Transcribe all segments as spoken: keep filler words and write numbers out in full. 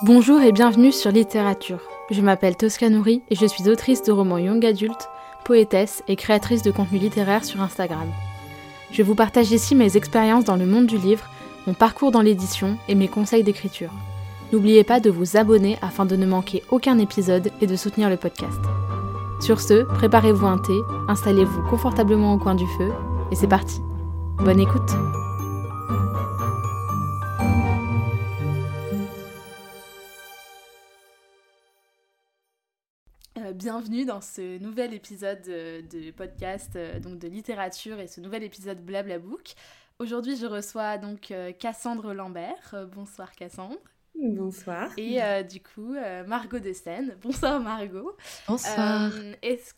Bonjour et bienvenue sur Littérature. Je m'appelle Tosca Nouri et je suis autrice de romans young adultes, poétesse et créatrice de contenu littéraire sur Instagram. Je vous partage ici mes expériences dans le monde du livre, mon parcours dans l'édition et mes conseils d'écriture. N'oubliez pas de vous abonner afin de ne manquer aucun épisode et de soutenir le podcast. Sur ce, préparez-vous un thé, installez-vous confortablement au coin du feu et c'est parti. Bonne écoute. Euh, bienvenue dans ce nouvel épisode euh, de podcast euh, donc de littérature et ce nouvel épisode Blablabook. Aujourd'hui, je reçois donc euh, Cassandre Lambert. Euh, bonsoir Cassandre. Bonsoir. Et euh, du coup, euh, Margot de Seine. Bonsoir Margot. Bonsoir. Euh, est-ce...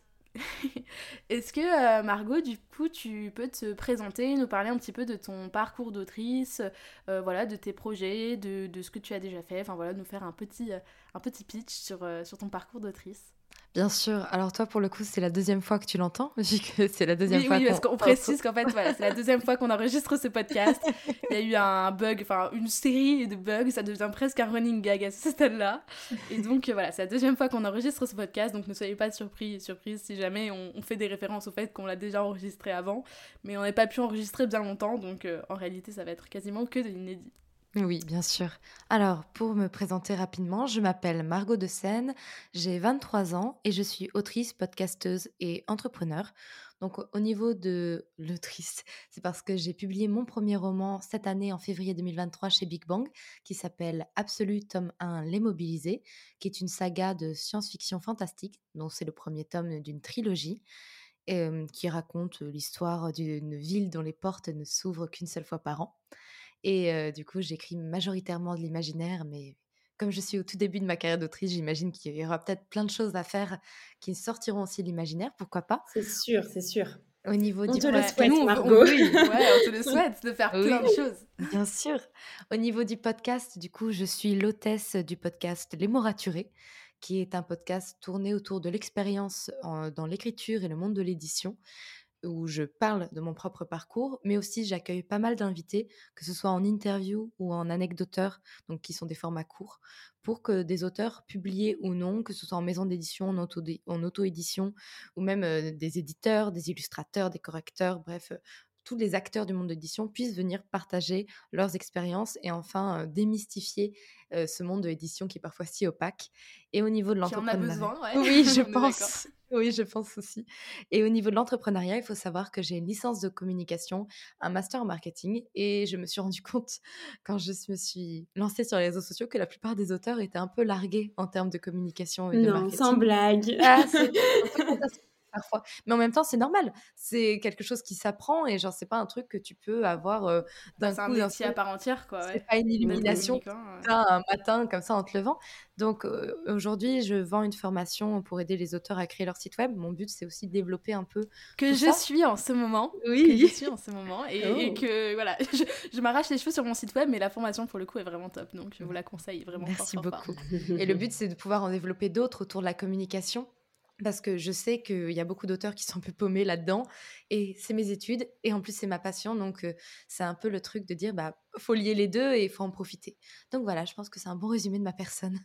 est-ce que euh, Margot, du coup, tu peux te présenter, nous parler un petit peu de ton parcours d'autrice, euh, voilà, de tes projets, de, de ce que tu as déjà fait, enfin voilà, nous faire un petit, euh, un petit pitch sur, euh, sur ton parcours d'autrice. Bien sûr. Alors toi, pour le coup, c'est la deuxième fois que tu l'entends, vu que c'est la deuxième Oui, fois oui, qu'on... parce qu'on précise qu'en fait, voilà, c'est la deuxième fois qu'on enregistre ce podcast. Il y a eu un bug, enfin une série de bugs, ça devient presque un running gag à ce stade-là. Et donc euh, voilà, c'est la deuxième fois qu'on enregistre ce podcast, donc ne soyez pas surpris et surprises si jamais on, on fait des références au fait qu'on l'a déjà enregistré avant. Mais on n'a pas pu enregistrer bien longtemps, donc euh, en réalité, ça va être quasiment que de l'inédit. Oui, bien sûr. Alors, pour me présenter rapidement, je m'appelle Margot de Seine, j'ai vingt-trois ans et je suis autrice, podcasteuse et entrepreneur. Donc, au au niveau de l'autrice, c'est parce que j'ai publié mon premier roman cette année en février deux mille vingt-trois chez Big Bang, qui s'appelle Absolu, tome un, Les Mobilisés, qui est une saga de science-fiction fantastique, dont c'est le premier tome d'une trilogie. euh, qui raconte l'histoire d'une ville dont les portes ne s'ouvrent qu'une seule fois par an. Et heu, du coup, j'écris majoritairement de l'imaginaire, mais comme je suis au tout début de ma carrière d'autrice, j'imagine qu'il y aura peut-être plein de choses à faire qui sortiront aussi de l'imaginaire, pourquoi pas? C'est sûr, c'est sûr. Au niveau On du te le Ouais, pod nous souhaite, on veut, on, Margot. oui, ouais, on te le souhaite de faire plein de oui, choses. bien sûr. Au niveau du podcast, du coup, je suis l'hôtesse du podcast Les mots raturés, qui est un podcast tourné autour de l'expérience en dans l'écriture et le monde de l'édition, où je parle de mon propre parcours, mais aussi j'accueille pas mal d'invités, que ce soit en interview ou en anecdoteur, donc qui sont des formats courts, pour que des auteurs publiés ou non, que ce soit en maison d'édition, en auto en auto-édition, ou même euh, des éditeurs, des illustrateurs, des correcteurs, bref, euh, tous les acteurs du monde d'édition puissent venir partager leurs expériences et enfin euh, démystifier euh, ce monde de l'édition qui est parfois si opaque. Et au niveau de Qui en a l'entrepreneuriat, besoin, ouais, oui, je on est d'accord. pense. Oui, je pense aussi. Et au niveau de l'entrepreneuriat, il faut savoir que j'ai une licence de communication, un master en marketing et je me suis rendu compte quand je me suis lancée sur les réseaux sociaux que la plupart des auteurs étaient un peu largués en termes de communication et de Non, sans marketing. blague. Ah, c'est un peu catastrophique parfois. Mais en même temps, c'est normal. C'est quelque chose qui s'apprend et genre, c'est pas un truc que tu peux avoir euh, Bah, d'un c'est un coup, d'un métier à seul. part entière, quoi, C'est ouais, pas une d'être illumination que communicant. Ouais. tu as un matin comme ça en te levant. Donc euh, aujourd'hui, je vends une formation pour aider les auteurs à créer leur site web. Mon but, c'est aussi de développer un peu Que tout je ça. suis en ce moment, que je Oui. suis en ce moment, et, et Oh. que voilà, je, je m'arrache les cheveux sur mon site web, mais la formation pour le coup est vraiment top, donc je vous la conseille vraiment fort, Merci fort, fort. beaucoup. Et le but, c'est de pouvoir en développer d'autres autour de la communication. Parce que je sais qu'il y a beaucoup d'auteurs qui sont un peu paumés là-dedans. Et c'est mes études. Et en plus, c'est ma passion. Donc, euh, c'est un peu le truc de dire, bah, faut lier les deux et il faut en profiter. Donc voilà, je pense que c'est un bon résumé de ma personne.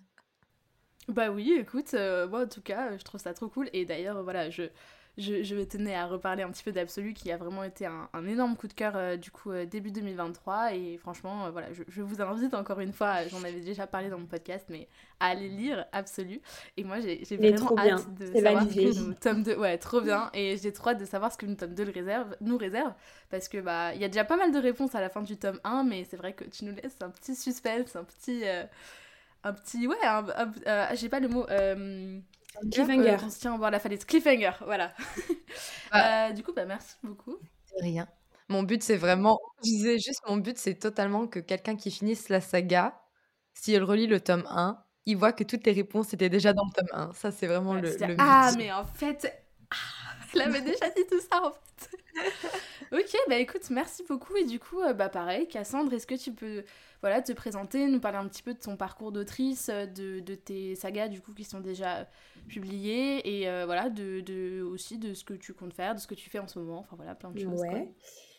Bah oui, écoute, euh, moi en tout cas, je trouve ça trop cool, et d'ailleurs, euh, voilà, je, je, je tenais à reparler un petit peu d'Absolu, qui a vraiment été un, un énorme coup de cœur, euh, du coup, euh, début deux mille vingt-trois, et franchement, euh, voilà, je, je vous invite encore une fois, j'en avais déjà parlé dans mon podcast, mais à aller lire Absolu, et moi j'ai j'ai Il est vraiment trop bien, hâte de c'est savoir ce validé. que nous tome deux, ouais, trop bien, et j'ai trop hâte de savoir ce que nous tome deux le réserve, nous réserve, parce que bah, il y a déjà pas mal de réponses à la fin du tome un, mais c'est vrai que tu nous laisses un petit suspense, un petit... euh, un petit... Ouais, un, un- euh, j'ai pas le mot... Euh, Cliffhanger. euh, qu'on se tient au bord de la falaise. Cliffhanger, voilà. Bah, Euh, du coup, bah merci beaucoup. de rien. Mon but, c'est vraiment, je disais juste, mon but, c'est totalement que quelqu'un qui finisse la saga, si elle relit le tome un, il voit que toutes les réponses étaient déjà dans le tome un. Ça, c'est vraiment Ouais, le, c'est-à-dire, le ah, but. mais en fait... Ah, elle avait déjà dit tout ça, en fait. Ok, bah écoute, merci beaucoup. Et du coup, euh, bah pareil, Cassandre, est-ce que tu peux voilà, te présenter, nous parler un petit peu de ton parcours d'autrice, euh, de, de tes sagas, du coup, qui sont déjà publiées, et euh, voilà, de, de, aussi de ce que tu comptes faire, de ce que tu fais en ce moment, enfin voilà, plein de choses, quoi. Ouais.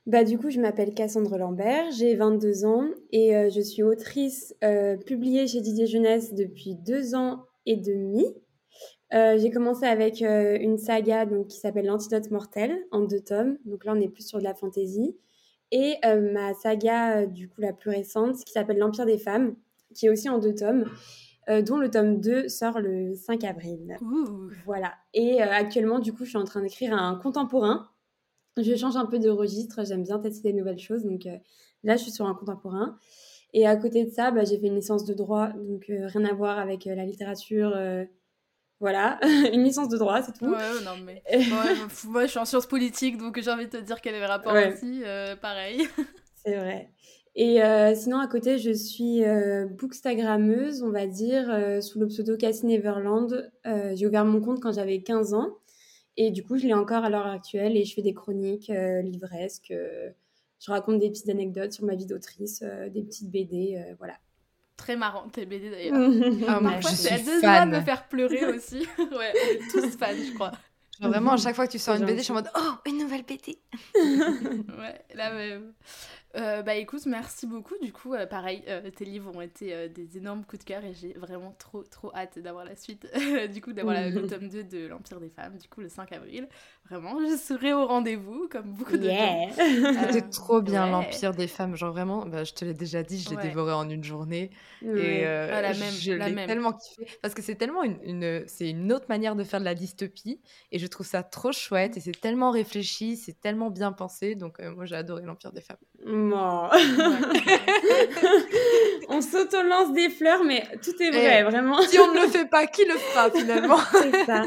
Bah, du coup, je m'appelle Cassandre Lambert, j'ai vingt-deux ans et euh, je suis autrice euh, publiée chez Didier Jeunesse depuis deux ans et demi. Euh, j'ai commencé avec euh, une saga donc, qui s'appelle L'Antidote Mortel en deux tomes. Donc là, on est plus sur de la fantaisie. Et euh, ma saga, euh, du coup, la plus récente, qui s'appelle L'Empire des femmes, qui est aussi en deux tomes, euh, dont le tome deux sort le cinq avril. Ouh. Voilà. Et euh, actuellement, du coup, je suis en train d'écrire un contemporain. Je change un peu de registre, j'aime bien tester des nouvelles choses. Donc euh, là, je suis sur un contemporain. Et à côté de ça, bah, j'ai fait une licence de droit, donc euh, rien à voir avec euh, la littérature. euh, voilà, une licence de droit, c'est tout. Ouais, non, mais. Bon, ouais, f- moi, je suis en sciences politiques, donc j'ai envie de te dire quel est le rapport Ouais, aussi. euh, pareil. c'est vrai. Et euh, sinon, à côté, je suis euh, bookstagrammeuse, on va dire, euh, sous le pseudo Cassie Neverland. Euh, j'ai ouvert mon compte quand j'avais quinze ans. Et du coup, je l'ai encore à l'heure actuelle et je fais des chroniques euh, livresques. euh, je raconte des petites anecdotes sur ma vie d'autrice, euh, des petites B D, euh, voilà. Très marrant, tes B D d'ailleurs. Ah, moi, Parfois, je c'est à suis deux doigts de me fan. faire pleurer aussi. Ouais, on est tous fans, je crois. Genre vraiment, à chaque fois que tu sors C'est une B D, je suis en gentil. mode oh, une nouvelle B D. Ouais, la même. Euh, bah écoute, merci beaucoup. Du coup, euh, pareil, euh, tes livres ont été euh, des énormes coups de cœur et j'ai vraiment trop trop hâte d'avoir la suite. Du coup, d'avoir la- le tome deux de L'Empire des femmes, du coup, le cinq avril. Vraiment, je serai au rendez-vous, comme beaucoup de gens. Yeah. Euh, C'est trop bien ouais, l'Empire des femmes. Genre vraiment, bah, je te l'ai déjà dit, je l'ai ouais. dévoré en une journée. Et Ouais. euh, Ah, la même, je la l'ai même. tellement kiffé. Parce que c'est tellement une, une- c'est une autre manière de faire de la dystopie. Et je trouve ça trop chouette. Et c'est tellement réfléchi, c'est tellement bien pensé. Donc euh, moi, j'ai adoré l'Empire des femmes. Bon. Ouais. On s'auto-lance des fleurs, mais tout est vrai, Et vraiment. si on ne le fait pas, qui le fera finalement? C'est ça.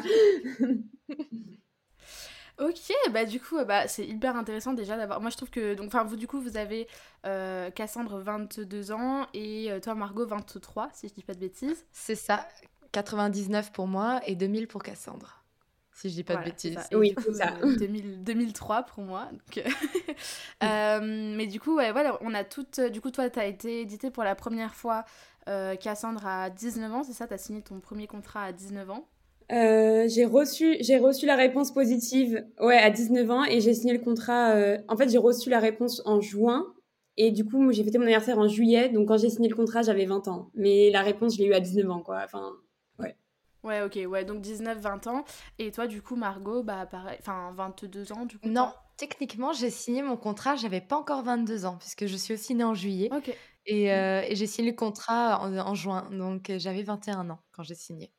Ok, bah du coup, euh, bah, c'est hyper intéressant déjà d'avoir. Moi, je trouve que. Donc, enfin, vous, du coup, vous avez euh, Cassandre, vingt-deux ans, et euh, toi, Margot, vingt-trois, si je dis pas de bêtises. C'est ça, quatre-vingt-dix-neuf pour moi et deux mille pour Cassandre, si je dis pas de Voilà, c'est ça. bêtises. Et Oui, du coup, c'est ça. euh, deux mille, deux mille trois pour moi. Donc, euh, euh, mais du coup, ouais, voilà, on a toutes. Du coup, toi, t'as été édité pour la première fois. Euh, Cassandre à dix-neuf ans, c'est ça? T'as signé ton premier contrat à dix-neuf ans. Euh, j'ai reçu, j'ai reçu la réponse positive, ouais, à dix-neuf ans et j'ai signé le contrat. euh, En fait, j'ai reçu la réponse en juin et du coup, moi, j'ai fêté mon anniversaire en juillet. Donc, quand j'ai signé le contrat, j'avais vingt ans. Mais la réponse, je l'ai eu à dix-neuf ans, quoi. Enfin, ouais. Ouais, ok, ouais, donc dix-neuf vingt ans. Et toi, du coup, Margot, bah pareil, enfin vingt-deux ans, du coup, Non, toi. techniquement, j'ai signé mon contrat, j'avais pas encore vingt-deux ans, puisque je suis aussi née en juillet. Ok. Et, euh, et j'ai signé le contrat en, en juin, donc euh, j'avais vingt et un ans quand j'ai signé.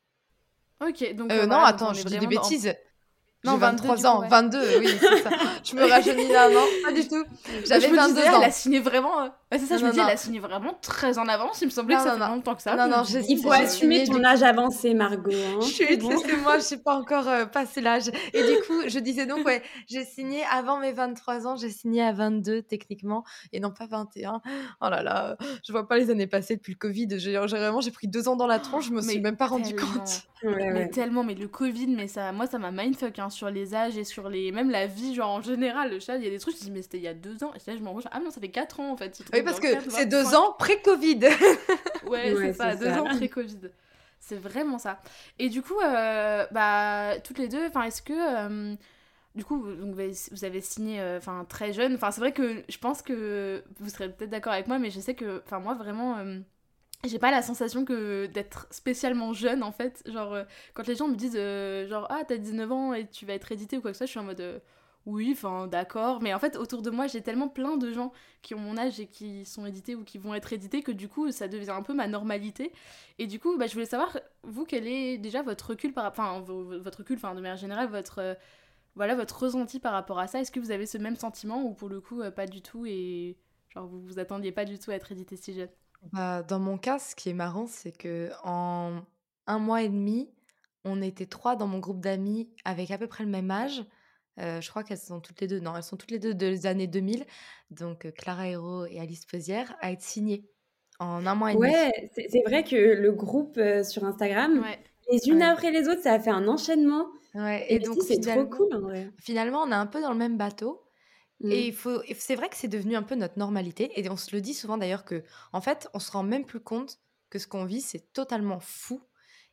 Ok, donc euh, Euh, non, voilà, donc attends, on est je dis des vraiment dans... bêtises. J'ai Non, vingt-deux du vingt-trois coup, ans, ouais. vingt-deux, oui, c'est ça. Je me rajeunis là, non, pas du tout. Bah, je J'avais me disais, vingt-deux elle a ans. signé vraiment... euh, bah, c'est ça, Non, je me non, dis, elle non. a signé vraiment très en avance. Il me semblait que Non, ça non, fait non. moins de temps que ça. Non, Je me non, dis, j'ai bon, Il faut c'est... j'ai euh, assumer signé du ton âge avancé, Margot, hein. C'est Chut, bon. laissez-moi, je sais pas encore euh, passé l'âge. Et du coup, je disais donc, ouais, j'ai signé avant mes vingt-trois ans, j'ai signé à vingt-deux techniquement, et non pas vingt et un. Oh là là, je vois pas les années passées depuis le Covid. J'ai j'ai vraiment, j'ai pris deux ans dans la tronche, je me suis Mais même pas rendu tellement... compte. Ouais, Mais ouais. tellement, mais le Covid, mais ça, moi, ça m'a mindfuck hein, sur les âges et sur les... Même la vie, genre, en général. Le chat, il y a des trucs, je dis, mais c'était il y a deux ans. Et là, je m'en rends ah non, ça fait quatre ans, en fait. Ce Oui, truc, parce dans le que quatre, c'est deux vingt-cinq. ans pré-Covid. Ouais, c'est Ouais, ça, c'est deux ça. ans pré-Covid. C'est vraiment ça. Et du coup, euh, bah, toutes les deux, enfin, est-ce que... euh, du coup, vous, donc, vous avez vous avez signé euh, enfin, très jeune. Enfin, c'est vrai que je pense que vous serez peut-être d'accord avec moi, mais je sais que, enfin, moi, vraiment... euh, j'ai pas la sensation que d'être spécialement jeune en fait. Genre, euh, quand les gens me disent, euh, genre, ah, t'as dix-neuf ans et tu vas être édité ou quoi que ce soit, je suis en mode, euh, oui, enfin, d'accord. Mais en fait, autour de moi, j'ai tellement plein de gens qui ont mon âge et qui sont édités ou qui vont être édités que du coup, ça devient un peu ma normalité. Et du coup, bah, je voulais savoir, vous, quel est déjà votre recul par rapport. Enfin, vo- votre recul, enfin, de manière générale, votre. euh, voilà, votre ressenti par rapport à ça. Est-ce que vous avez ce même sentiment ou pour le coup, euh, pas du tout et. Genre, vous vous attendiez pas du tout à être édité si jeune. Bah, dans mon cas, ce qui est marrant, c'est que en un mois et demi, on était trois dans mon groupe d'amis avec à peu près le même âge. Euh, je crois qu'elles sont toutes les deux, non, elles sont toutes les deux des années deux mille, donc euh, Clara Hero et Alice Posière, à être signées en un mois et demi. Ouais, c'est c'est vrai que le groupe euh, sur Instagram, Ouais. les unes Ouais. après les autres, ça a fait un enchaînement. Ouais, Et et je me dis, donc c'est trop finalement, cool en vrai. finalement, on est un peu dans le même bateau. Et il Mm. faut, et c'est vrai que c'est devenu un peu notre normalité. Et on se le dit souvent d'ailleurs que, en fait, on se rend même plus compte que ce qu'on vit, c'est totalement fou.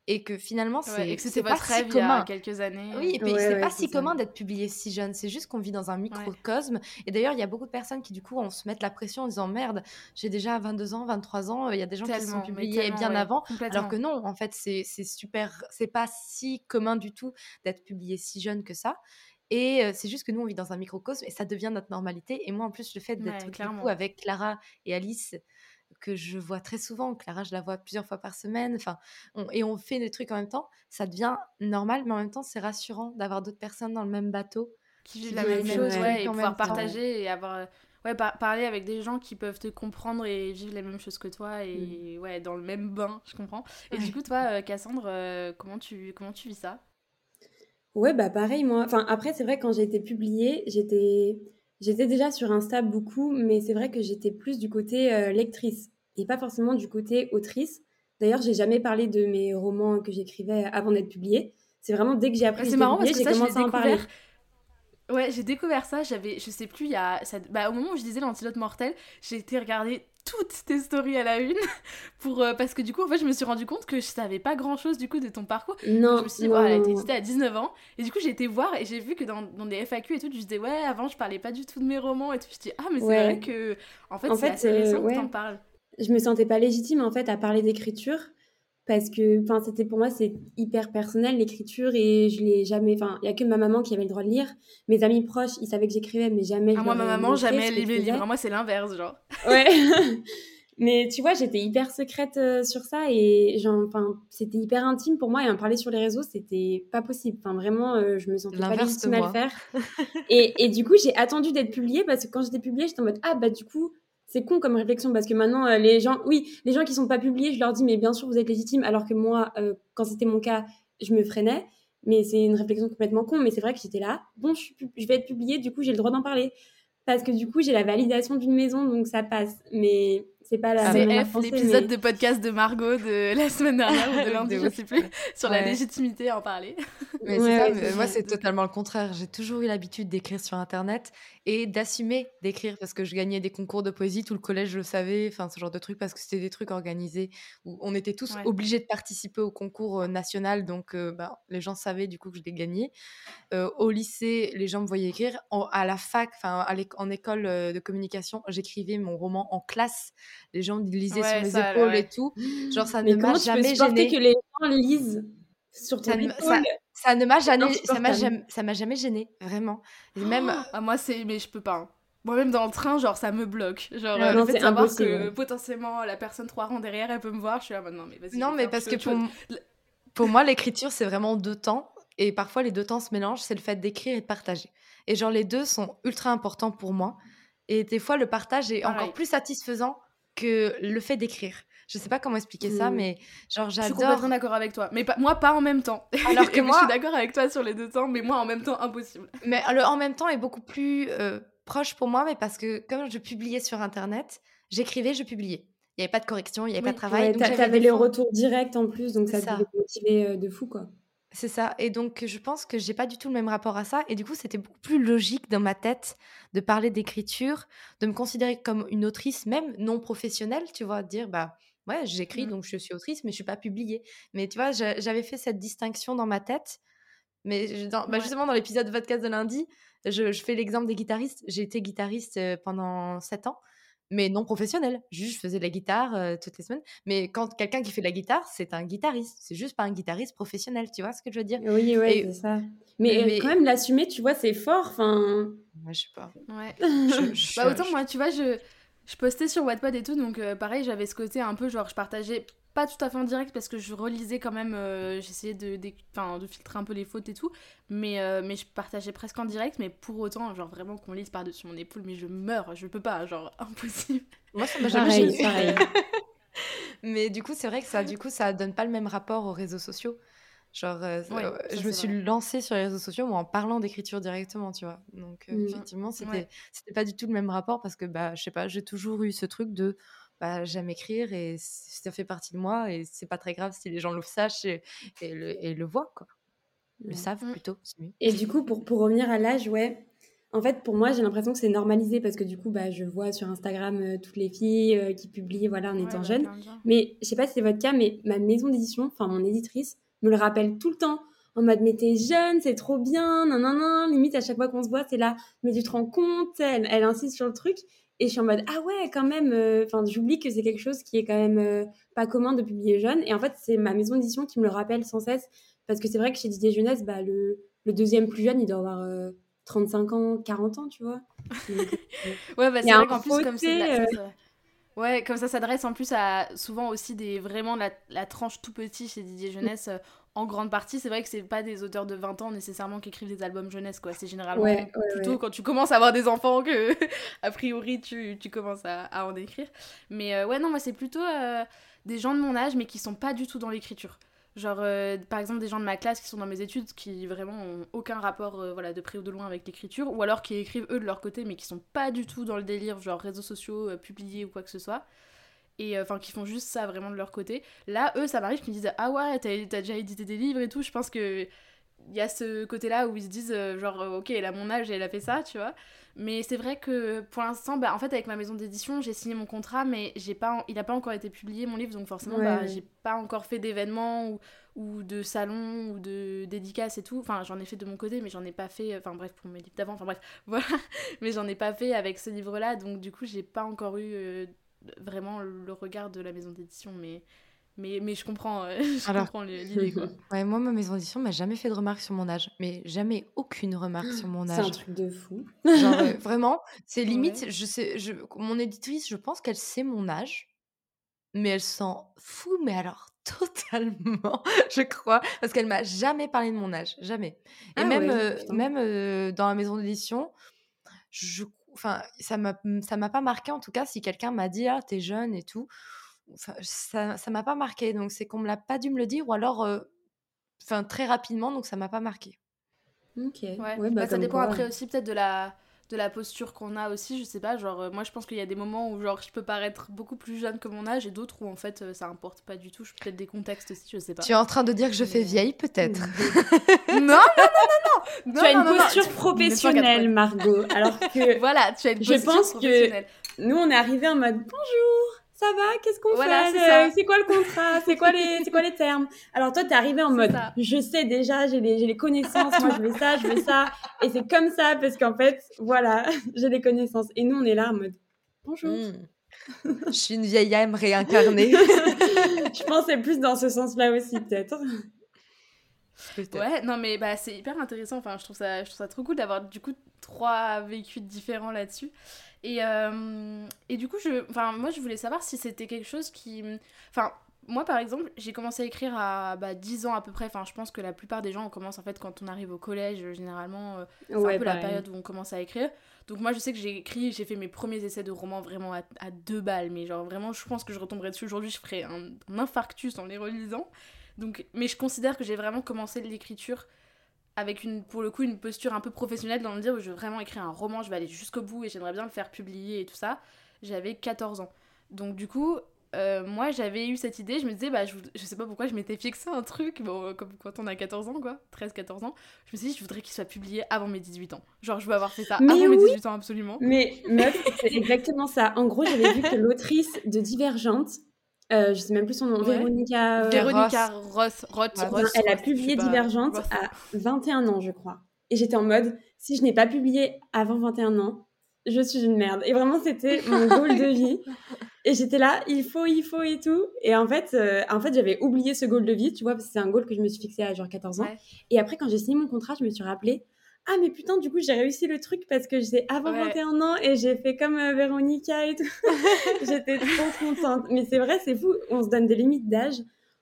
et que finalement, Ouais, c'est, et que c'était c'est pas votre si rêve il y a commun. quelques années. Oui, et puis Ouais, c'est ouais, pas c'est si ça. commun d'être publié si jeune, c'est juste qu'on vit dans un Ouais. microcosme. Et d'ailleurs, il y a beaucoup de personnes qui, du coup, on se met la pression en disant merde, j'ai déjà vingt-deux ans, vingt-trois ans, il y a des gens qui se sont Tellement, mais publiés tellement, bien ouais, avant, alors que complètement. non, en fait, c'est, c'est super, c'est pas si commun du tout d'être publié si jeune que ça. Et euh, c'est juste que nous, on vit dans un microcosme et ça devient notre normalité. Et moi, en plus, le fait d'être Ouais, du coup clairement. avec Clara et Alice, que je vois très souvent, Clara, je la vois plusieurs fois par semaine, enfin, on- et on fait des trucs en même temps, ça devient normal, mais en même temps, c'est rassurant d'avoir d'autres personnes dans le même bateau Qui qui vivent la vivent Ouais, les même c'est mêmes chose, vrai. ouais, trucs et en pouvoir même temps. partager et avoir... euh, Ouais, par- parler avec des gens qui peuvent te comprendre et vivre les mêmes choses que toi et Mm. ouais, dans le même bain, je comprends. Et du Ouais. coup, toi, euh, Cassandre, euh, comment tu, comment tu vis ça? Ouais, bah pareil, moi. Enfin, après, c'est vrai, quand j'ai été publiée, j'étais, j'étais déjà sur Insta beaucoup, mais c'est vrai que j'étais plus du côté euh, lectrice et pas forcément du côté autrice. D'ailleurs, j'ai jamais parlé de mes romans que j'écrivais avant d'être publiée. C'est vraiment dès que j'ai appris Ouais, que c'est j'étais marrant parce publiée, que j'ai ça, je l'ai commencé à en découvert. parler. Ouais, j'ai découvert ça, j'avais, je sais plus, il y a, ça- bah, au moment où je disais l'antilope mortel, j'ai été regarder toutes tes stories à la une pour, euh, parce que du coup, en fait, je me suis rendu compte que je savais pas grand chose du coup de ton parcours. Donc je Non, me suis dit, non, ouais, elle a non, été non. éditée à dix-neuf ans. Et du coup, j'ai été voir et j'ai vu que dans, dans des F A Q et tout, je disais, ouais, avant, je parlais pas du tout de mes romans et tout. Je dis, ah, mais c'est vrai Ouais. que, en fait, En c'est fait, assez euh, récent que ouais, t'en parles. je me sentais pas légitime en fait à parler d'écriture parce que, enfin, c'était pour moi c'est hyper personnel l'écriture et je l'ai jamais. Enfin, il y a que ma maman qui avait le droit de lire. Mes amis proches, ils savaient que j'écrivais, mais jamais Ah, je moi, leur ma ai maman, montré jamais ce elle que lit je mes livres. faisais. Moi, c'est l'inverse, genre. Ouais. Mais tu vois, j'étais hyper secrète euh, sur ça et genre, enfin, c'était hyper intime pour moi et en parler sur les réseaux, c'était pas possible. Enfin, vraiment, euh, je me sentais pas L'inverse de légitime à le moi. faire. Et, et du coup, j'ai attendu d'être publiée parce que quand j'étais publiée, j'étais en mode ah bah du coup, c'est con comme réflexion parce que maintenant euh, les gens, oui, les gens qui sont pas publiés, je leur dis mais bien sûr vous êtes légitime alors que moi, euh, quand c'était mon cas, je me freinais. Mais c'est une réflexion complètement con. Mais c'est vrai que j'étais là. Bon, je, suis pub- je vais être publiée, du coup j'ai le droit d'en parler parce que du coup j'ai la validation d'une maison donc ça passe. Mais c'est pas la Ah bonne bah, manière de C F, penser. l'épisode Mais de podcast de Margot de la semaine dernière ou de lundi, de je ouf. sais plus, sur la Ouais. légitimité à en parler. Mais ouais, c'est ça, ouais, mais c'est moi vrai. c'est Donc, totalement le contraire. J'ai toujours eu l'habitude d'écrire sur Internet et d'assumer d'écrire parce que je gagnais des concours de poésie, tout le collège le savait, enfin ce genre de trucs parce que c'était des trucs organisés où on était tous ouais. obligés de participer au concours euh, national, donc euh, bah, les gens savaient du coup que je les gagnais. Euh, au lycée, les gens me voyaient écrire. En- à la fac, enfin à l'éc- en école euh, de communication, j'écrivais mon roman en classe. Les gens lisaient sur Ouais, mes ça, épaules et ouais. tout. Genre ça ne Mais m'a comment tu peux jamais supporter que gênée. les gens lisent sur ton Ça ne, épaule? ça, ça ne m'a C'est jamais, ça m'a insupportable. jamais, ça m'a jamais gênée, vraiment. Et même, Ah, moi, c'est. Mais je peux pas. Hein. Moi-même dans le train, genre, ça me bloque. Genre, euh, euh, le Non, fait de c'est savoir impossible. que Ouais. potentiellement la personne trois rangs derrière, elle peut me voir, je suis là, bah, non, mais vas-y, je non, vais mais faire parce plutôt que autre pour, chose. m- pour moi, l'écriture, c'est vraiment deux temps. Et parfois, les deux temps se mélangent. C'est le fait d'écrire et de partager. Et genre, les deux sont ultra importants pour moi. Et des fois, le partage est encore Pareil. plus satisfaisant que le fait d'écrire. Je sais pas comment expliquer ça, Mm. mais genre, Je suis complètement j'adore. d'accord avec toi. Mais pas, moi, pas en même temps. Alors que Et je suis moi, d'accord avec toi sur les deux temps, mais moi, en même temps, impossible. mais le en même temps est beaucoup plus euh, proche pour moi, mais parce que comme je publiais sur Internet, j'écrivais, je publiais. Il n'y avait pas de correction, il n'y avait pas de Oui. travail. Ouais, Donc t'a- j'avais t'avais des les fois. retours directs en plus, donc C'est ça devait ça. te motiver euh, de fou, quoi. C'est ça. Et donc, je pense que j'ai pas du tout le même rapport à ça. Et du coup, c'était beaucoup plus logique dans ma tête de parler d'écriture, de me considérer comme une autrice, même non professionnelle, tu vois, de dire, bah, ouais, j'écris, Mm. donc je suis autrice, mais je suis pas publiée. Mais tu vois, j'a- j'avais fait cette distinction dans ma tête. Mais je- dans- bah, Ouais. justement, dans l'épisode podcast de lundi, je, je fais l'exemple des guitaristes. J'ai été guitariste euh, pendant sept ans, mais non professionnelle. Juste, je faisais de la guitare euh, toutes les semaines. Mais quand quelqu'un qui fait de la guitare, c'est un guitariste. C'est juste pas un guitariste professionnel. Tu vois ce que je veux dire? Oui, ouais, c'est Et ça. mais, Mais euh, quand mais même, l'assumer, tu vois, c'est fort. Enfin. moi, je sais pas. Ouais. Je, Bah, je, autant, je- moi, tu vois, je, je postais sur Wattpad et tout, donc euh, pareil, j'avais ce côté un peu genre, je partageais pas tout à fait en direct parce que je relisais quand même, euh, j'essayais de, de, enfin, de filtrer un peu les fautes et tout, mais, euh, mais je partageais presque en direct, mais pour autant, genre vraiment qu'on lise par-dessus mon épaule, mais je meurs, je peux pas, genre impossible. Moi, ça m'a jamais Pareil, gênée. pareil. Mais du coup, c'est vrai que ça, du coup, ça donne pas le même rapport aux réseaux sociaux. Genre, euh, Ouais, euh, ça je me c'est suis vrai. lancée sur les réseaux sociaux moi, en parlant d'écriture directement, tu vois. Donc, euh, Mm. effectivement, c'était, Ouais. c'était pas du tout le même rapport parce que, bah, je sais pas, j'ai toujours eu ce truc de, bah, j'aime écrire et c- ça fait partie de moi et c'est pas très grave si les gens le sachent et, et le, et le voient, quoi. Le Ouais. savent Mm. plutôt, c'est mieux. Et du coup, pour, pour revenir à l'âge, ouais. En fait, pour moi, j'ai l'impression que c'est normalisé parce que du coup, bah, je vois sur Instagram euh, toutes les filles euh, qui publient voilà, en Ouais, étant bah, jeunes. plein de gens. Mais je sais pas si c'est votre cas, mais ma maison d'édition, enfin mon éditrice, me le rappelle tout le temps. En mode, mais t'es jeune, c'est trop bien, nan, nan, nan. Limite, à chaque fois qu'on se voit, c'est là, mais tu te rends compte, elle, elle insiste sur le truc. Et je suis en mode, ah ouais, quand même. euh, Enfin, j'oublie que c'est quelque chose qui est quand même euh, pas commun de publier jeune. Et en fait, c'est ma maison d'édition qui me le rappelle sans cesse. Parce que c'est vrai que chez Didier Jeunesse, bah, le, le deuxième plus jeune, il doit avoir euh, trente-cinq ans, quarante ans, tu vois. Donc, euh, Ouais, bah il y c'est a un vrai qu'en plus, comme c'est de la... fossé. ça, euh, ça- Ouais, comme ça s'adresse en plus à souvent aussi des vraiment la, la tranche tout petit chez Didier Jeunesse euh, en grande partie. C'est vrai que c'est pas des auteurs de vingt ans nécessairement qui écrivent des albums jeunesse, quoi. C'est Ouais, généralement ouais, plutôt ouais. quand tu commences à avoir des enfants que, a priori, tu, tu commences à, à en écrire. Mais euh, ouais, non, moi c'est plutôt euh, des gens de mon âge mais qui sont pas du tout dans l'écriture. Genre, euh, par exemple, des gens de ma classe qui sont dans mes études qui vraiment ont aucun rapport euh, voilà, de près ou de loin avec l'écriture, ou alors qui écrivent eux de leur côté mais qui sont pas du tout dans le délire, genre réseaux sociaux, euh, publiés ou quoi que ce soit et enfin euh, qui font juste ça vraiment de leur côté. Là, eux, ça m'arrive qu'ils me disent ah ouais, t'as, t'as déjà édité des livres et tout. Je pense que il y a ce côté-là où ils se disent euh, genre euh, ok, elle a mon âge et elle a fait ça, tu vois. Mais c'est vrai que pour l'instant, bah, en fait, avec ma maison d'édition, j'ai signé mon contrat, mais j'ai pas, en- il n'a pas encore été publié mon livre, donc forcément, Ouais, bah, ouais. j'ai pas encore fait d'événements ou, ou de salons ou de dédicaces et tout. Enfin, j'en ai fait de mon côté, mais j'en ai pas fait. Enfin bref, pour mes livres d'avant. Enfin bref, voilà. Mais j'en ai pas fait avec ce livre-là, donc du coup, j'ai pas encore eu euh, vraiment le regard de la maison d'édition, mais mais mais je comprends, euh, je Alors, comprends l'idée quoi. ouais, moi, ma maison d'édition m'a jamais fait de remarques sur mon âge, mais jamais aucune remarque sur mon C'est un âge. truc de fou. Genre, euh, vraiment, c'est Ouais. limite, je sais, je, mon éditrice, je pense qu'elle sait mon âge, mais elle s'en fout, mais alors totalement, je crois, parce qu'elle m'a jamais parlé de mon âge, jamais. Et Ah même, ouais, euh, putain. même euh, dans la maison d'édition, je, enfin, ça m'a, ça m'a pas marqué en tout cas si quelqu'un m'a dit ah t'es jeune et tout. Enfin, ça, ça m'a pas marqué, donc c'est qu'on me l'a pas dû me le dire ou alors, euh, enfin très rapidement, donc ça m'a pas marqué. Ok. Ouais, Ouais, bah bah ça comme dépend quoi. après aussi peut-être de la de la posture qu'on a aussi, je sais pas, genre euh, moi je pense qu'il y a des moments où genre je peux paraître beaucoup plus jeune que mon âge et d'autres où en fait euh, ça importe pas du tout, je peut-être des contextes aussi, je sais Tu pas. es en train de dire que je fais Mais vieille, peut-être? non, non, Tu non, as non, une non, non, posture tu- professionnelle, mets-toi à Margot. Alors que Voilà, tu as une je posture pense que professionnelle. nous, on est arrivé en mode bonjour, ça va, qu'est-ce qu'on Voilà, c'est fait? Euh, ça. C'est quoi le contrat? C'est quoi les, c'est quoi les termes? Alors toi, t'es arrivé en C'est mode ça. je sais déjà, j'ai les, j'ai les connaissances, moi Tout. je veux ça, je veux ça, et c'est comme ça parce qu'en fait, voilà, j'ai les connaissances. Et nous, on est là en mode bonjour. Hmm. Je suis une vieille âme réincarnée. Je pense que c'est plus dans ce sens-là aussi, peut-être. Peut-être. Ouais, non mais bah c'est hyper intéressant. Enfin, je trouve ça, je trouve ça trop cool d'avoir du coup trois vécus différents là-dessus. Et euh, et du coup, je, enfin moi je voulais savoir si c'était quelque chose qui, enfin moi par exemple, j'ai commencé à écrire à bah, dix ans à peu près. Enfin, je pense que la plupart des gens on commence en fait quand on arrive au collège. Généralement, euh, c'est un Ouais, peu la pareil. période où on commence à écrire. Donc moi je sais que j'ai écrit, j'ai fait mes premiers essais de romans vraiment à, à deux balles. Mais genre vraiment, je pense que je retomberais dessus aujourd'hui, je ferais un, un infarctus en les relisant. Donc, mais je considère que j'ai vraiment commencé l'écriture avec une, pour le coup une posture un peu professionnelle dans le dire où je veux vraiment écrire un roman, je vais aller jusqu'au bout et j'aimerais bien le faire publier et tout ça. J'avais quatorze ans. Donc du coup, euh, moi j'avais eu cette idée, je me disais, bah je, je sais pas pourquoi je m'étais fixé un truc, bon, comme quand on a quatorze ans quoi, treize quatorze ans, je me suis dit je voudrais qu'il soit publié avant mes dix-huit ans. Genre je veux avoir fait ça Mais avant mes oui, dix-huit ans absolument. mais meuf, c'est exactement ça. En gros, j'avais vu que l'autrice de Divergente, euh, je sais même plus son nom, Ouais. Véronica, euh, Ross. Véronica Roth, Roth, Ouais. eh ben, Roth, elle a Roth, je publié sais pas, Divergente Roth. à vingt et un ans, je crois. Et j'étais en mode, si je n'ai pas publié avant vingt et un ans, je suis une merde. Et vraiment, c'était mon goal de vie. Et j'étais là, il faut, il faut et tout. Et en fait, euh, en fait j'avais oublié ce goal de vie, tu vois, parce que c'est un goal que je me suis fixé à genre quatorze ans. Ouais, Et après, quand j'ai signé mon contrat, je me suis rappelé, ah, mais putain, du coup, j'ai réussi le truc parce que j'étais avant vingt et ouais. un ans et j'ai fait comme euh, Véronica et tout. J'étais trop contente. Mais c'est vrai, c'est fou, on se donne des limites d'âge,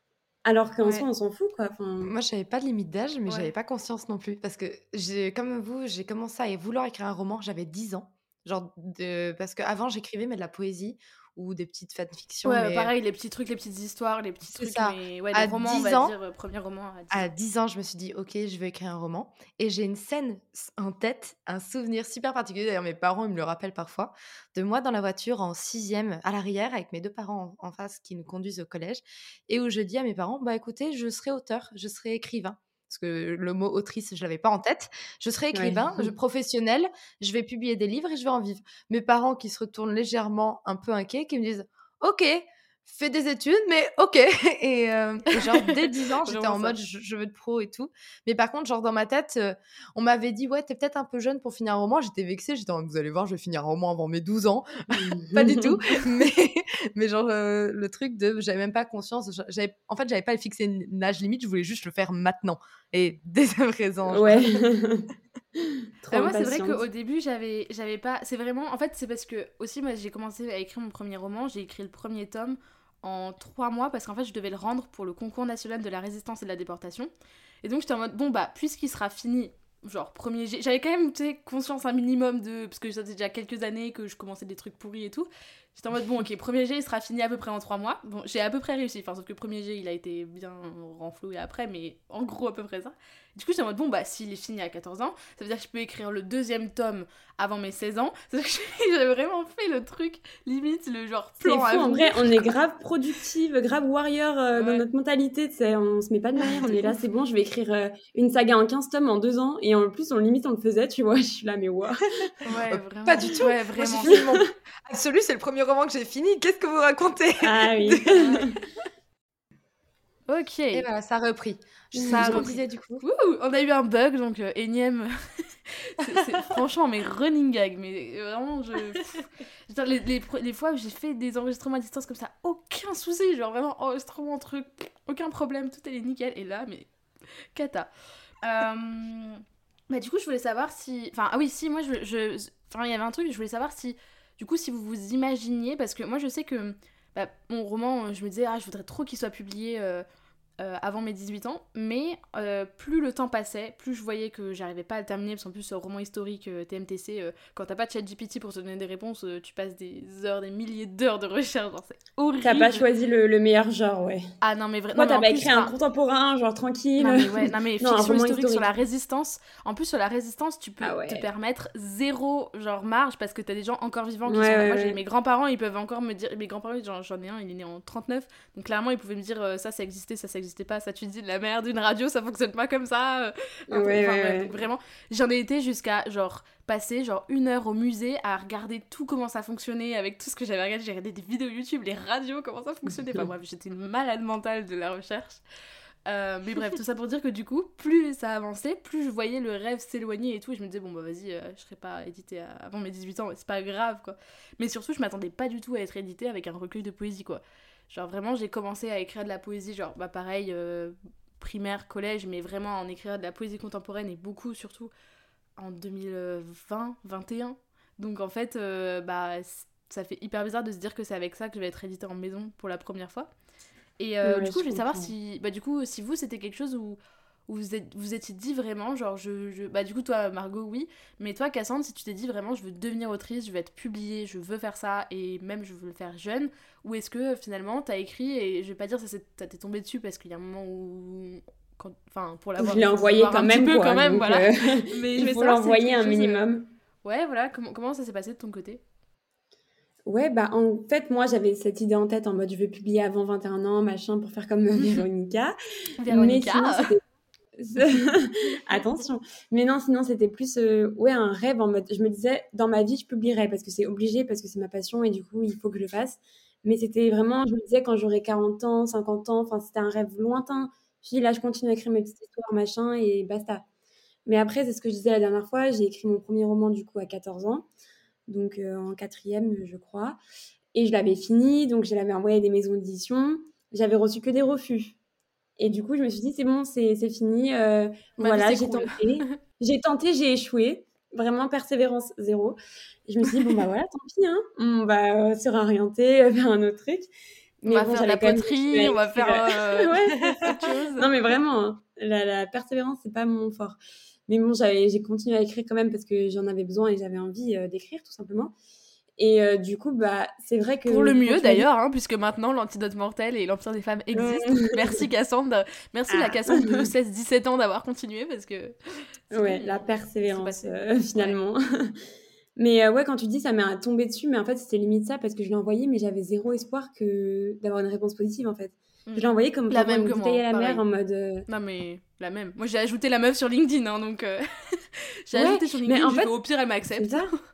alors qu'en Ouais, soi, on s'en fout, quoi. Enfin, Moi, j'avais pas de limite d'âge, mais j'avais ouais. pas conscience non plus. Parce que, j'ai, comme vous, j'ai commencé à vouloir écrire un roman, j'avais dix ans. Genre, de... parce qu'avant, j'écrivais, mais de la poésie ou des petites fanfictions. Ouais, Mais pareil, les petits trucs, les petites histoires, les petits c'est trucs, ça. mais ouais, les À romans, on dix va ans, dire, euh, premier roman à dix à ans. dix ans, je me suis dit, ok, je vais écrire un roman. Et j'ai une scène en tête, un souvenir super particulier. D'ailleurs, mes parents, ils me le rappellent parfois, de moi dans la voiture en sixième, à l'arrière, avec mes deux parents en, en face qui nous conduisent au collège, et où je dis à mes parents, bah écoutez, je serai auteur, je serai écrivain. parce que le mot autrice, je l'avais pas en tête. Je serai écrivain, Ouais. je, professionnel, je vais publier des livres et je vais en vivre. Mes parents qui se retournent légèrement un peu inquiets, qui me disent « Ok, fais des études, mais ok !» et, euh, et genre, dès dix ans, j'étais Vraiment en ça. mode je, « Je veux être pro et tout. » Mais par contre, genre, dans ma tête, euh, on m'avait dit « Ouais, t'es peut-être un peu jeune pour finir un roman. » J'étais vexée, j'étais en mode « Vous allez voir, je vais finir un roman avant mes douze ans. » Pas du tout. Mais, mais genre, euh, le truc de... J'avais même pas conscience. J'avais, en fait, j'avais pas fixé une âge limite. Je voulais juste le faire maintenant. Et dès à présent, genre. Ouais. Trop Bah, moi, c'est vrai impatiente. qu'au début, j'avais, j'avais pas. C'est vraiment. En fait, c'est parce que, aussi, moi, j'ai commencé à écrire mon premier roman. J'ai écrit le premier tome en trois mois parce qu'en fait, je devais le rendre pour le concours national de la résistance et de la déportation. Et donc, j'étais en mode, bon, bah, puisqu'il sera fini, genre, premier jet. J'avais quand même, tu sais, conscience un minimum de. Parce que ça faisait déjà quelques années que je commençais des trucs pourris et tout. J'étais en mode, bon, ok, premier jet, il sera fini à peu près en trois mois. Bon, j'ai à peu près réussi. Enfin, sauf que le premier jet, il a été bien renfloué après, mais en gros, à peu près ça. Du coup, j'étais en mode, bon, bah, s'il est fini à quatorze ans, ça veut dire que je peux écrire le deuxième tome avant mes seize ans. C'est-à-dire que j'ai vraiment fait le truc, limite, le genre C'est plan fou, à en venir. vrai, on est grave productive, grave warrior euh, dans Ouais. notre mentalité, tu sais, on se met pas de barrière, on De est là, ouf. c'est bon, je vais écrire euh, une saga en quinze tomes en deux ans, et en plus, on limite, on le faisait, tu vois, je suis là, mais waouh. Ouais, Euh, vraiment. pas du tout. Ouais, Moi, vraiment. j'ai fini mon Absolu, c'est le premier roman que j'ai fini. Qu'est-ce que vous racontez? Ah oui. Ok. Et voilà, ça a repris. Je sais Ça a plus ce qu'on repris. disait du coup. Ouh, on a eu un bug, donc euh, énième. c'est, c'est, franchement, mes running gag, mais vraiment, je. Pff. Genre, les, les, les fois où j'ai fait des enregistrements à distance comme ça, aucun souci, genre vraiment enregistrement, truc, aucun problème, tout est nickel. Et là, mais cata. Euh... Bah, du coup, je voulais savoir si. Enfin, ah oui, si, moi, je. je... Enfin, il y avait un truc, je voulais savoir si. Du coup, si vous vous imaginiez, parce que moi, je sais que. Bah, mon roman, je me disais, ah, je voudrais trop qu'il soit publié. Euh... Euh, avant mes dix-huit ans, mais euh, plus le temps passait, plus je voyais que j'arrivais pas à le terminer, parce qu'en plus, ce roman historique euh, T M T C, euh, quand t'as pas de ChatGPT pour te donner des réponses, euh, tu passes des heures, des milliers d'heures de recherche, genre c'est horrible. T'as pas choisi le, le meilleur genre, ouais. Ah non, mais vraiment. Pourquoi t'as pas écrit un contemporain, genre tranquille? Non mais ouais, non mais Non, un fiction roman historique, historique. sur la résistance. En plus sur la résistance, tu peux Ah ouais. te permettre zéro genre marge parce que t'as des gens encore vivants qui Ouais, sont là. ouais, Moi ouais. j'ai mes grands-parents, ils peuvent encore me dire, mes grands-parents, genre, j'en ai un, il est né en trente-neuf, donc clairement ils pouvaient me dire euh, ça ça existait, ça ça existait pas, ça tu dis de la merde, une radio ça fonctionne pas comme ça. euh, un truc- Ouais, enfin ouais, bref, ouais. donc vraiment, j'en ai été jusqu'à genre passer genre une heure au musée à regarder tout comment ça fonctionnait avec tout ce que j'avais regardé, j'ai regardé des vidéos YouTube, les radios, comment ça fonctionnait. Enfin bref, j'étais une malade mentale de la recherche. Euh, mais bref, tout ça pour dire que du coup, plus ça avançait, plus je voyais le rêve s'éloigner et tout. Et je me disais, bon bah vas-y, euh, je serai pas éditée à- avant mes dix-huit ans, c'est pas grave quoi. Mais surtout, je m'attendais pas du tout à être éditée avec un recueil de poésie quoi. Genre vraiment, j'ai commencé à écrire de la poésie, genre bah pareil, euh, primaire, collège, mais vraiment en écrire de la poésie contemporaine et beaucoup surtout en deux mille vingt, vingt et un. Donc en fait, euh, bah ça fait hyper bizarre de se dire que c'est avec ça que je vais être éditée en maison pour la première fois. Et euh, Ouais, du coup, je je voulais savoir comprends. si, bah, du coup, si vous, c'était quelque chose où, où vous êtes, vous étiez dit vraiment, genre, je, je... Bah, du coup, toi, Margot, oui. Mais toi, Cassandre, si tu t'es dit vraiment, je veux devenir autrice, je veux être publiée, je veux faire ça, et même je veux le faire jeune, ou est-ce que finalement, t'as écrit, et je vais pas dire ça, ça t'est tombé dessus, parce qu'il y a un moment où. Quand... Enfin, pour l'avoir. Je l'ai il faut envoyé vouloir quand un petit même, peu quoi. quand même, donc, voilà. euh, Mais je il vais faut savoir si c'est l'envoyer quelque un chose, euh, minimum. Ouais, voilà, comment, comment ça s'est passé de ton côté? Ouais, bah en fait, moi, j'avais cette idée en tête en mode je veux publier avant vingt et un ans, machin, pour faire comme euh, Véronica. Mais Véronica. sinon, c'était. Attention. Mais non, sinon, c'était plus euh, ouais, un rêve en mode. Je me disais, dans ma vie, je publierais parce que c'est obligé, parce que c'est ma passion et du coup, il faut que je le fasse. Mais c'était vraiment, je me disais, quand j'aurai quarante ans, cinquante ans, enfin, c'était un rêve lointain. Je dis, là, je continue à écrire mes petites histoires, machin, et basta. Mais après, c'est ce que je disais la dernière fois, j'ai écrit mon premier roman, du coup, à quatorze ans. Donc, euh, en quatrième, je crois. Et je l'avais fini, donc je l'avais envoyé à des maisons d'édition. J'avais reçu que des refus. Et du coup, je me suis dit, c'est bon, c'est, c'est fini. euh, Ma vie voilà, j'ai s'écroule. tenté. J'ai tenté, j'ai échoué. Vraiment, persévérance zéro. Et je me suis dit, bon, bah voilà, tant pis, hein. On va euh, se réorienter euh, vers un autre truc. On Mais va bon, faire de j'avais la quand même continué poterie, à on va écrire. faire euh, Ouais, c'est ça. autre chose. Non, mais vraiment, hein, la, la persévérance, c'est pas mon fort. Mais bon, j'avais, j'ai continué à écrire quand même parce que j'en avais besoin et j'avais envie euh, d'écrire, tout simplement. Et euh, du coup, bah, c'est vrai que Pour le quand mieux tu m'as dit- d'ailleurs, hein, puisque maintenant l'antidote mortel et l'empire des femmes existent. Mm. Merci Cassandre, merci Ah. la Cassandre de seize dix-sept ans d'avoir continué parce que. sinon, Ouais, la c'est persévérance, passé. euh, finalement. Mais euh, ouais, quand tu dis ça m'est tombé dessus, mais en fait, c'était limite ça parce que je l'ai envoyé, mais j'avais zéro espoir que d'avoir une réponse positive, en fait. Je l'ai envoyé comme La pour même une que moi, bouteille à la pareil. mer en mode... euh, Non, mais la même. Moi, j'ai ajouté la meuf sur LinkedIn, hein, donc euh, j'ai Ouais, ajouté sur mais LinkedIn, en j'ai fait, fait au pire, elle c'est m'accepte. ça. Donc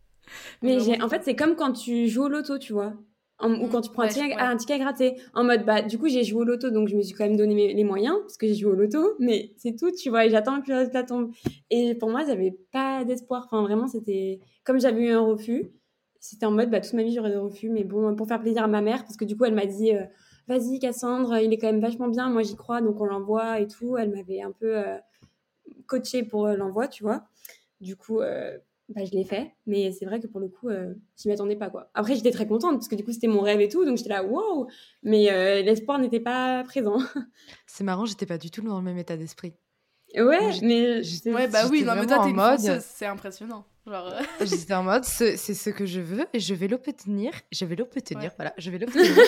Mais vraiment, j'ai, en j'étais fait, un c'est peu. comme quand tu joues au loto, tu vois. En- ou Mm. quand tu prends un Ouais, je- ticket, ouais. un ticket à gratter. En mode, bah, du coup, j'ai joué au loto, donc je me suis quand même donné mes- les moyens, parce que j'ai joué au loto, mais c'est tout, tu vois, et j'attends que le résultat tombe. Et pour moi, j'avais pas d'espoir. Enfin, vraiment, c'était. Comme j'avais eu un refus, c'était en mode, bah, toute ma vie, j'aurais des refus, mais bon, pour faire plaisir à ma mère, parce que du coup, elle m'a dit, euh, vas-y, Cassandre, il est quand même vachement bien, moi, j'y crois, donc on l'envoie et tout. Elle m'avait un peu euh, coachée pour euh, l'envoi, tu vois. Du coup, euh, bah, je l'ai fait. Mais c'est vrai que pour le coup, euh, je m'y attendais pas, quoi. Après, j'étais très contente parce que du coup, c'était mon rêve et tout. Donc, j'étais là, wow! Mais euh, l'espoir n'était pas présent. C'est marrant, j'étais pas du tout dans le même état d'esprit. Moi, Ouais, j'étais mais j'étais- c'est... Ouais, bah oui, j'étais non, mais vraiment toi, en t'es une mode. fonceuse, c'est impressionnant. Genre, euh, J'étais en mode, ce- c'est ce que je veux et je vais l'obtenir. Je vais l'obtenir, ouais. voilà, je vais l'obtenir.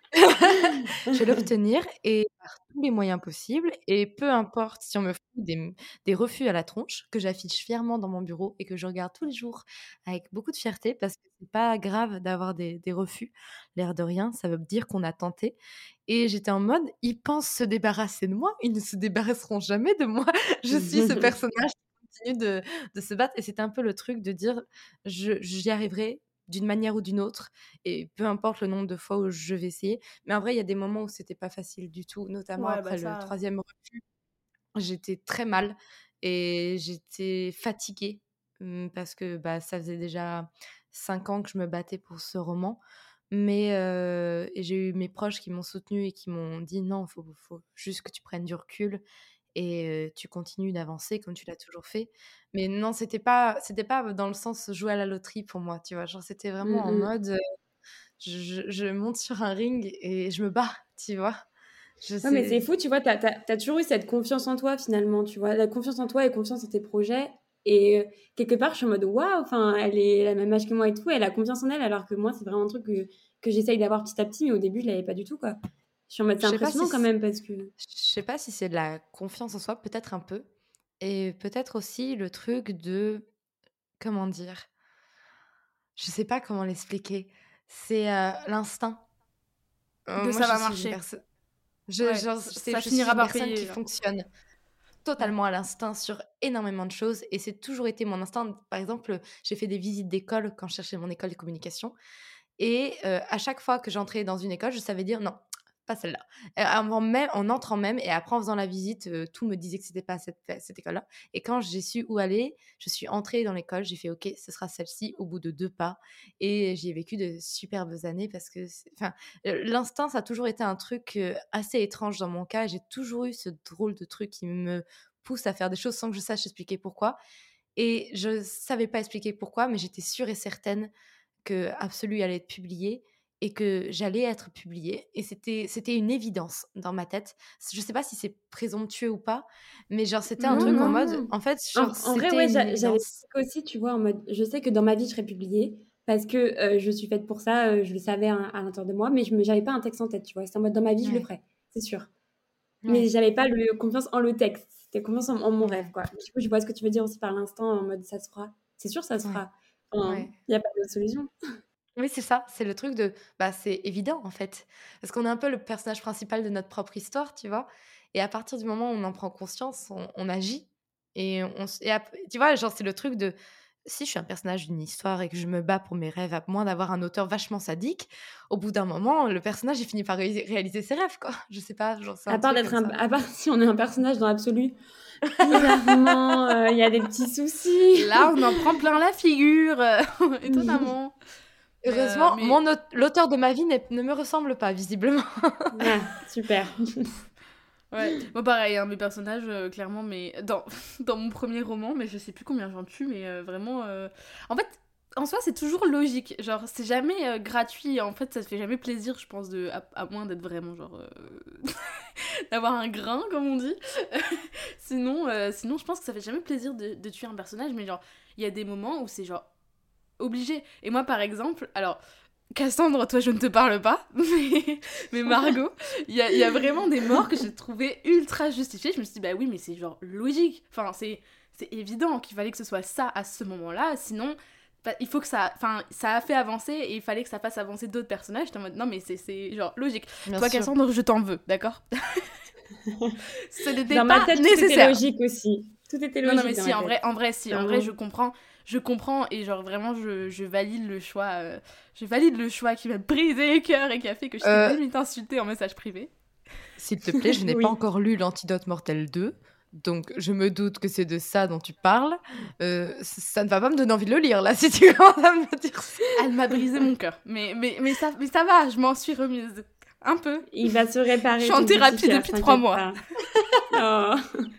Je vais l'obtenir et par tous les moyens possibles. Et peu importe si on me fout des, des refus à la tronche, que j'affiche fièrement dans mon bureau et que je regarde tous les jours avec beaucoup de fierté parce que c'est pas grave d'avoir des, des refus. L'air de rien, ça veut dire qu'on a tenté. Et j'étais en mode, ils pensent se débarrasser de moi, ils ne se débarrasseront jamais de moi. Je suis ce personnage qui continue de, de se battre. Et c'était un peu le truc de dire, je, j'y arriverai d'une manière ou d'une autre. Et peu importe le nombre de fois où je vais essayer. Mais en vrai, il y a des moments où c'était pas facile du tout, notamment Ouais, bah après le ça. troisième refus. J'étais très mal et j'étais fatiguée hum, parce que bah, ça faisait déjà cinq ans que je me battais pour ce roman. Mais euh, et j'ai eu mes proches qui m'ont soutenue et qui m'ont dit non, il faut, faut juste que tu prennes du recul et euh, tu continues d'avancer comme tu l'as toujours fait. Mais non, c'était pas, c'était pas dans le sens jouer à la loterie pour moi, tu vois. Genre, c'était Mm, vraiment en mm. mode, euh, je, je- je monte sur un ring et je me bats, tu vois. Je Ouais, mais c'est sais. fou, tu vois, t'as, t'as, t'as toujours eu cette confiance en toi, finalement, tu vois. La confiance en toi et confiance en tes projets. Et euh, quelque part, je suis en mode, waouh, enfin, elle est la même âge que moi et tout, elle a confiance en elle, alors que moi, c'est vraiment un truc que, que j'essaye d'avoir petit à petit, mais au début, je l'avais pas du tout, quoi. Je suis en mode, c'est Je sais pas si impressionnant quand c- même, parce que... je sais pas si c'est de la confiance en soi, peut-être un peu, et peut-être aussi le truc de comment dire, je sais pas comment l'expliquer. C'est euh, l'instinct. Euh, Que moi, ça je va suis une marcher. personne. Je, Ouais, genre, ça, c'est- ça je suis finira une par personne payer, qui genre. fonctionne Ouais. totalement à l'instinct sur énormément de choses et c'est toujours été mon instinct. Par exemple, j'ai fait des visites d'école quand je cherchais mon école de communication et euh, à chaque fois que j'entrais dans une école, je savais dire non, pas celle-là. Et avant même, en entrant même et après en faisant la visite, euh, tout me disait que c'était pas cette, cette école-là. Et quand j'ai su où aller, je suis entrée dans l'école, j'ai fait ok, ce sera celle-ci au bout de deux pas et j'y ai vécu de superbes années parce que, c'est- enfin, euh, l'instinct, ça a toujours été un truc euh, assez étrange dans mon cas. J'ai toujours eu ce drôle de truc qui me pousse à faire des choses sans que je sache expliquer pourquoi. Et je savais pas expliquer pourquoi, mais j'étais sûre et certaine que Absolu allait être publié et que j'allais être publiée. Et c'était, c'était une évidence dans ma tête. Je sais pas si c'est présomptueux ou pas, mais genre c'était un Non, truc en non, Hmm. mode, non. en fait, En, genre en vrai, c'était ouais, une j'a- j'avais évidence. ce truc aussi, tu vois, en mode, je sais que dans ma vie, je serais publiée, parce que euh, je suis faite pour ça, euh, je le savais à, à l'intérieur de moi, mais je me, j'avais pas un texte en tête, tu vois. C'était en mode, dans ma vie, je le Ouais, ferais, c'est sûr. Mais ouais, j'avais pas le confiance en le texte. C'était confiance en, en mon rêve, ouais, quoi. Du coup, je vois ce que tu veux dire aussi par l'instant, en mode ça se fera. C'est sûr, ça se ouais, fera. Enfin, ouais. il n'y a pas d'autre solution. Oui, c'est ça, c'est le truc de, bah, c'est évident en fait. Parce qu'on est un peu le personnage principal de notre propre histoire, tu vois. Et à partir du moment où on en prend conscience, on, on agit. Et, on, s- et ap- tu vois, genre, c'est le truc de, si je suis un personnage d'une histoire et que je me bats pour mes rêves, à moins d'avoir un auteur vachement sadique, au bout d'un moment, le personnage, il finit par ré- réaliser ses rêves, quoi. Je sais pas, genre, c'est À un part truc d'être comme un, ça. à part si on est un personnage dans l'absolu, bizarrement, euh, il y a des petits soucis. Là, on en prend plein la figure, euh, étonnamment. Mais, euh, Heureusement, mais mon aute- l'auteur de ma vie n'est- ne me ressemble pas, visiblement. Ah, super. ouais, moi pareil, hein, mes personnages, euh, clairement, mais dans, dans mon premier roman, mais je sais plus combien j'en tue, mais euh, vraiment... euh, En fait, en soi, c'est toujours logique, genre, c'est jamais euh, gratuit, en fait, ça te fait jamais plaisir, je pense, de... à, à moins d'être vraiment, genre... euh, d'avoir un grain, comme on dit. sinon, euh, sinon, je pense que ça fait jamais plaisir de, de tuer un personnage, mais genre, il y a des moments où c'est genre obligé. Et moi, par exemple, alors... Cassandre, toi je ne te parle pas, mais, mais Margot, il y a, y a vraiment des morts que j'ai trouvé ultra justifiées. Je me suis dit, bah oui, mais c'est genre logique. Enfin, c'est, c'est évident qu'il fallait que ce soit ça à ce moment-là, sinon il faut que ça, enfin, ça a fait avancer et il fallait que ça fasse avancer d'autres personnages. J'étais en mode non mais c'est, c'est genre logique. Bien Toi sûr. Cassandre, je t'en veux, d'accord. Ce n'était dans pas ma tête, nécessaire. Tout était logique aussi. Tout était logique. Non, non mais si, en vrai, en vrai, si, en vrai, je comprends, je comprends et genre vraiment, je, je valide le choix, euh, je valide le choix qui m'a brisé le cœur et qui a fait que je t'ai euh... limite insultée en message privé. S'il te plaît, je n'ai oui. pas encore lu l'Antidote Mortel deux. Donc, je me doute que c'est de ça dont tu parles. Euh, ça ne va pas me donner envie de le lire, là, si tu commences à me dire ça. Elle m'a brisé mon cœur. Mais, mais, mais, ça, mais ça va, je m'en suis remise. Un peu. Il va se réparer. Je suis en thérapie depuis trois mois. Oh.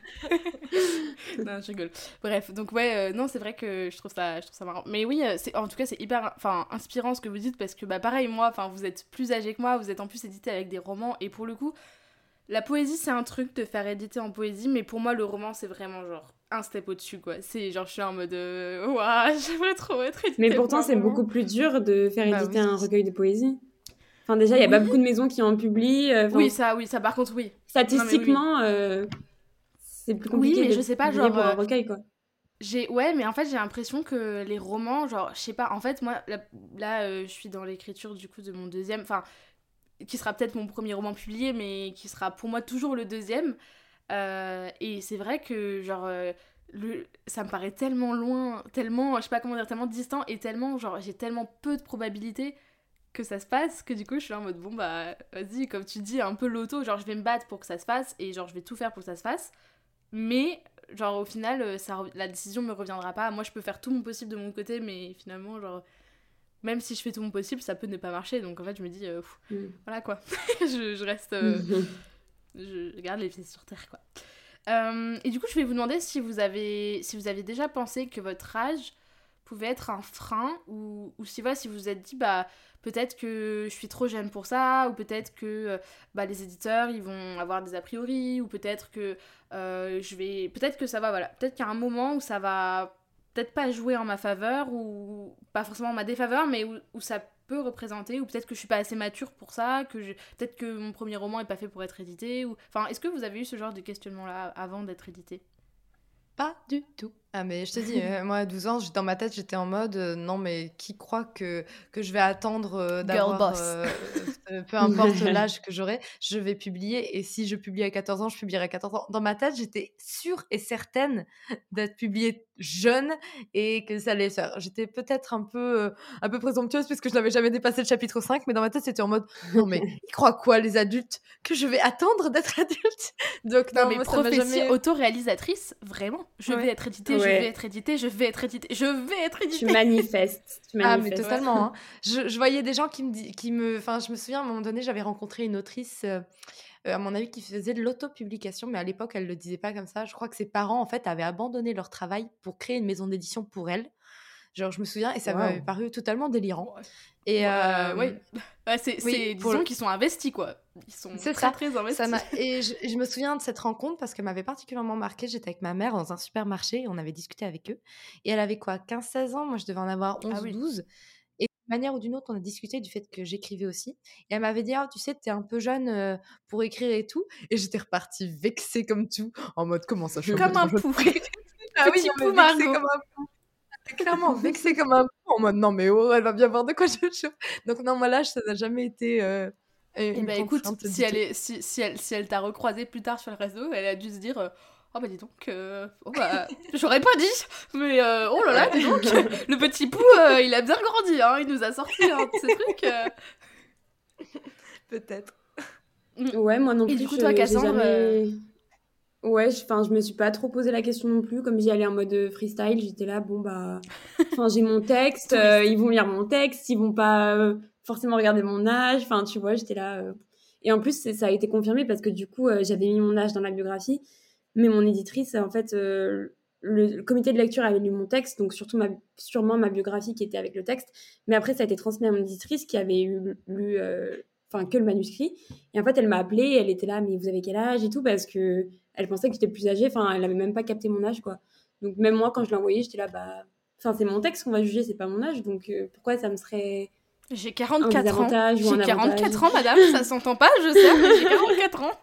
Non, je rigole. Bref, donc ouais, euh, non, c'est vrai que je trouve ça, je trouve ça marrant. Mais oui, euh, c'est, en tout cas, c'est hyper enfin, inspirant ce que vous dites, parce que, bah, pareil, moi, vous êtes plus âgé que moi, vous êtes en plus édité avec des romans, et pour le coup... La poésie, c'est un truc de faire éditer en poésie, mais pour moi, le roman, c'est vraiment genre un step au-dessus, quoi. C'est genre, je suis en mode, euh, ouah, j'aimerais trop être édité. Mais pourtant, c'est beaucoup plus dur de faire bah, éditer oui, un recueil de poésie. Enfin, déjà, il oui. n'y a pas beaucoup de maisons qui en publient. Euh, oui, ça, oui, ça, par contre, oui. Statistiquement, non, oui, oui. Euh, c'est plus compliqué oui, mais de je sais pas, genre, pour un recueil, quoi. J'ai... Ouais, mais en fait, j'ai l'impression que les romans, genre, je sais pas, en fait, moi, là, là euh, je suis dans l'écriture, du coup, de mon deuxième... Enfin, qui sera peut-être mon premier roman publié, mais qui sera pour moi toujours le deuxième. Euh, et c'est vrai que, genre, euh, le, ça me paraît tellement loin, tellement, je sais pas comment dire, tellement distant, et tellement, genre, j'ai tellement peu de probabilités que ça se passe, que du coup, je suis là en mode, bon, bah, vas-y, comme tu dis, un peu loto, genre, je vais me battre pour que ça se fasse, et genre, je vais tout faire pour que ça se fasse. Mais, genre, au final, ça, la décision me reviendra pas. Moi, je peux faire tout mon possible de mon côté, mais finalement, genre... Même si je fais tout mon possible, ça peut ne pas marcher. Donc en fait, je me dis, euh, pff, mm. voilà quoi. je, je reste. Euh, je garde les pieds sur terre quoi. Euh, et du coup, je vais vous demander si vous avez, si vous avez déjà pensé que votre âge pouvait être un frein, ou, ou si, voilà, si vous vous êtes dit, bah, peut-être que je suis trop jeune pour ça, ou peut-être que bah, les éditeurs ils vont avoir des a priori, ou peut-être que euh, je vais. Peut-être que ça va, voilà. Peut-être qu'il y a un moment où ça va. Peut-être pas jouer en ma faveur, ou pas forcément en ma défaveur, mais où, où ça peut représenter, ou peut-être que je suis pas assez mature pour ça, que je... peut-être que mon premier roman est pas fait pour être édité, ou... Enfin, est-ce que vous avez eu ce genre de questionnement-là avant d'être édité ? Pas du tout. Ah mais je te dis, euh, moi à douze ans, dans ma tête, j'étais en mode, euh, non mais qui croit que, que je vais attendre euh, d'avoir, euh, euh, peu importe l'âge que j'aurai, je vais publier, et si je publie à quatorze ans, je publierai à quatorze ans. Dans ma tête, j'étais sûre et certaine d'être publiée jeune et que ça allait se faire. J'étais peut-être un peu, euh, un peu présomptueuse puisque je n'avais jamais dépassé le chapitre cinq, mais dans ma tête, c'était en mode, non mais ils croient quoi les adultes ? Que je vais attendre d'être adulte ? Donc non, non, mais moi, prophétie jamais... auto-réalisatrice, vraiment, je ouais. vais être éditée, ouais. je vais être éditée, je vais être éditée, je vais être éditée. Tu manifestes. Tu manifestes. Ah, mais totalement. Hein. Je, je voyais des gens qui me, qui me... Enfin, je me souviens, à un moment donné, j'avais rencontré une autrice, euh, à mon avis, qui faisait de l'auto-publication, mais à l'époque, elle ne le disait pas comme ça. Je crois que ses parents, en fait, avaient abandonné leur travail pour créer une maison d'édition pour elle. Genre, je me souviens, et ça wow. m'avait paru totalement délirant. Ouais. Et euh, euh, ouais. ouais, c'est, oui, c'est disons le... qu'ils sont investis, quoi. Ils sont c'est très, ça. très investis. Ça m'a... Et je, je me souviens de cette rencontre parce qu'elle m'avait particulièrement marquée. J'étais avec ma mère dans un supermarché et on avait discuté avec eux. Et elle avait quoi, quinze seize ans ? Moi, je devais en avoir onze ah, oui. douze. Et d'une manière ou d'une autre, on a discuté du fait que j'écrivais aussi. Et elle m'avait dit, ah, tu sais, t'es un peu jeune euh, pour écrire et tout. Et j'étais repartie vexée comme tout, en mode, comment ça, je suis comme un pou. Ah oui, pou Margot. Comme un pou. Clairement, vexée comme un pou, en mode, non, mais oh, elle va bien voir de quoi je chauffe. Donc, non, moi, l'âge, ça n'a jamais été... Euh, et bah écoute, si elle, est, si, si, elle, si elle t'a recroisé plus tard sur le réseau, elle a dû se dire... Euh... Oh bah dis donc, euh... oh bah, j'aurais pas dit, mais euh, oh là là, dis donc, le petit pou, euh, il a bien grandi, hein, il nous a sorti hein, de ces trucs. Euh... Peut-être. Ouais, moi non plus. Et du coup, toi, Cassandre... Jamais... Ouais, je, je me suis pas trop posé la question non plus, comme j'y allais en mode freestyle, j'étais là, bon bah, j'ai mon texte, euh, ils vont lire mon texte, ils vont pas euh, forcément regarder mon âge, enfin tu vois, j'étais là... Euh... Et en plus, ça a été confirmé parce que du coup, euh, j'avais mis mon âge dans la biographie. Mais mon éditrice, en fait, euh, le, le comité de lecture avait lu mon texte, donc surtout ma, sûrement ma biographie qui était avec le texte. Mais après, ça a été transmis à mon éditrice qui avait eu, lu euh, que le manuscrit. Et en fait, elle m'a appelée, elle était là, mais vous avez quel âge et tout, parce qu'elle pensait que j'étais plus âgée. Enfin, elle n'avait même pas capté mon âge, quoi. Donc même moi, quand je l'ai envoyé, j'étais là, bah... Enfin, c'est mon texte qu'on va juger, c'est pas mon âge, donc euh, pourquoi ça me serait... J'ai quarante-quatre ans. J'ai quarante-quatre ans, madame, ça s'entend pas, je sais, mais j'ai quarante-quatre ans.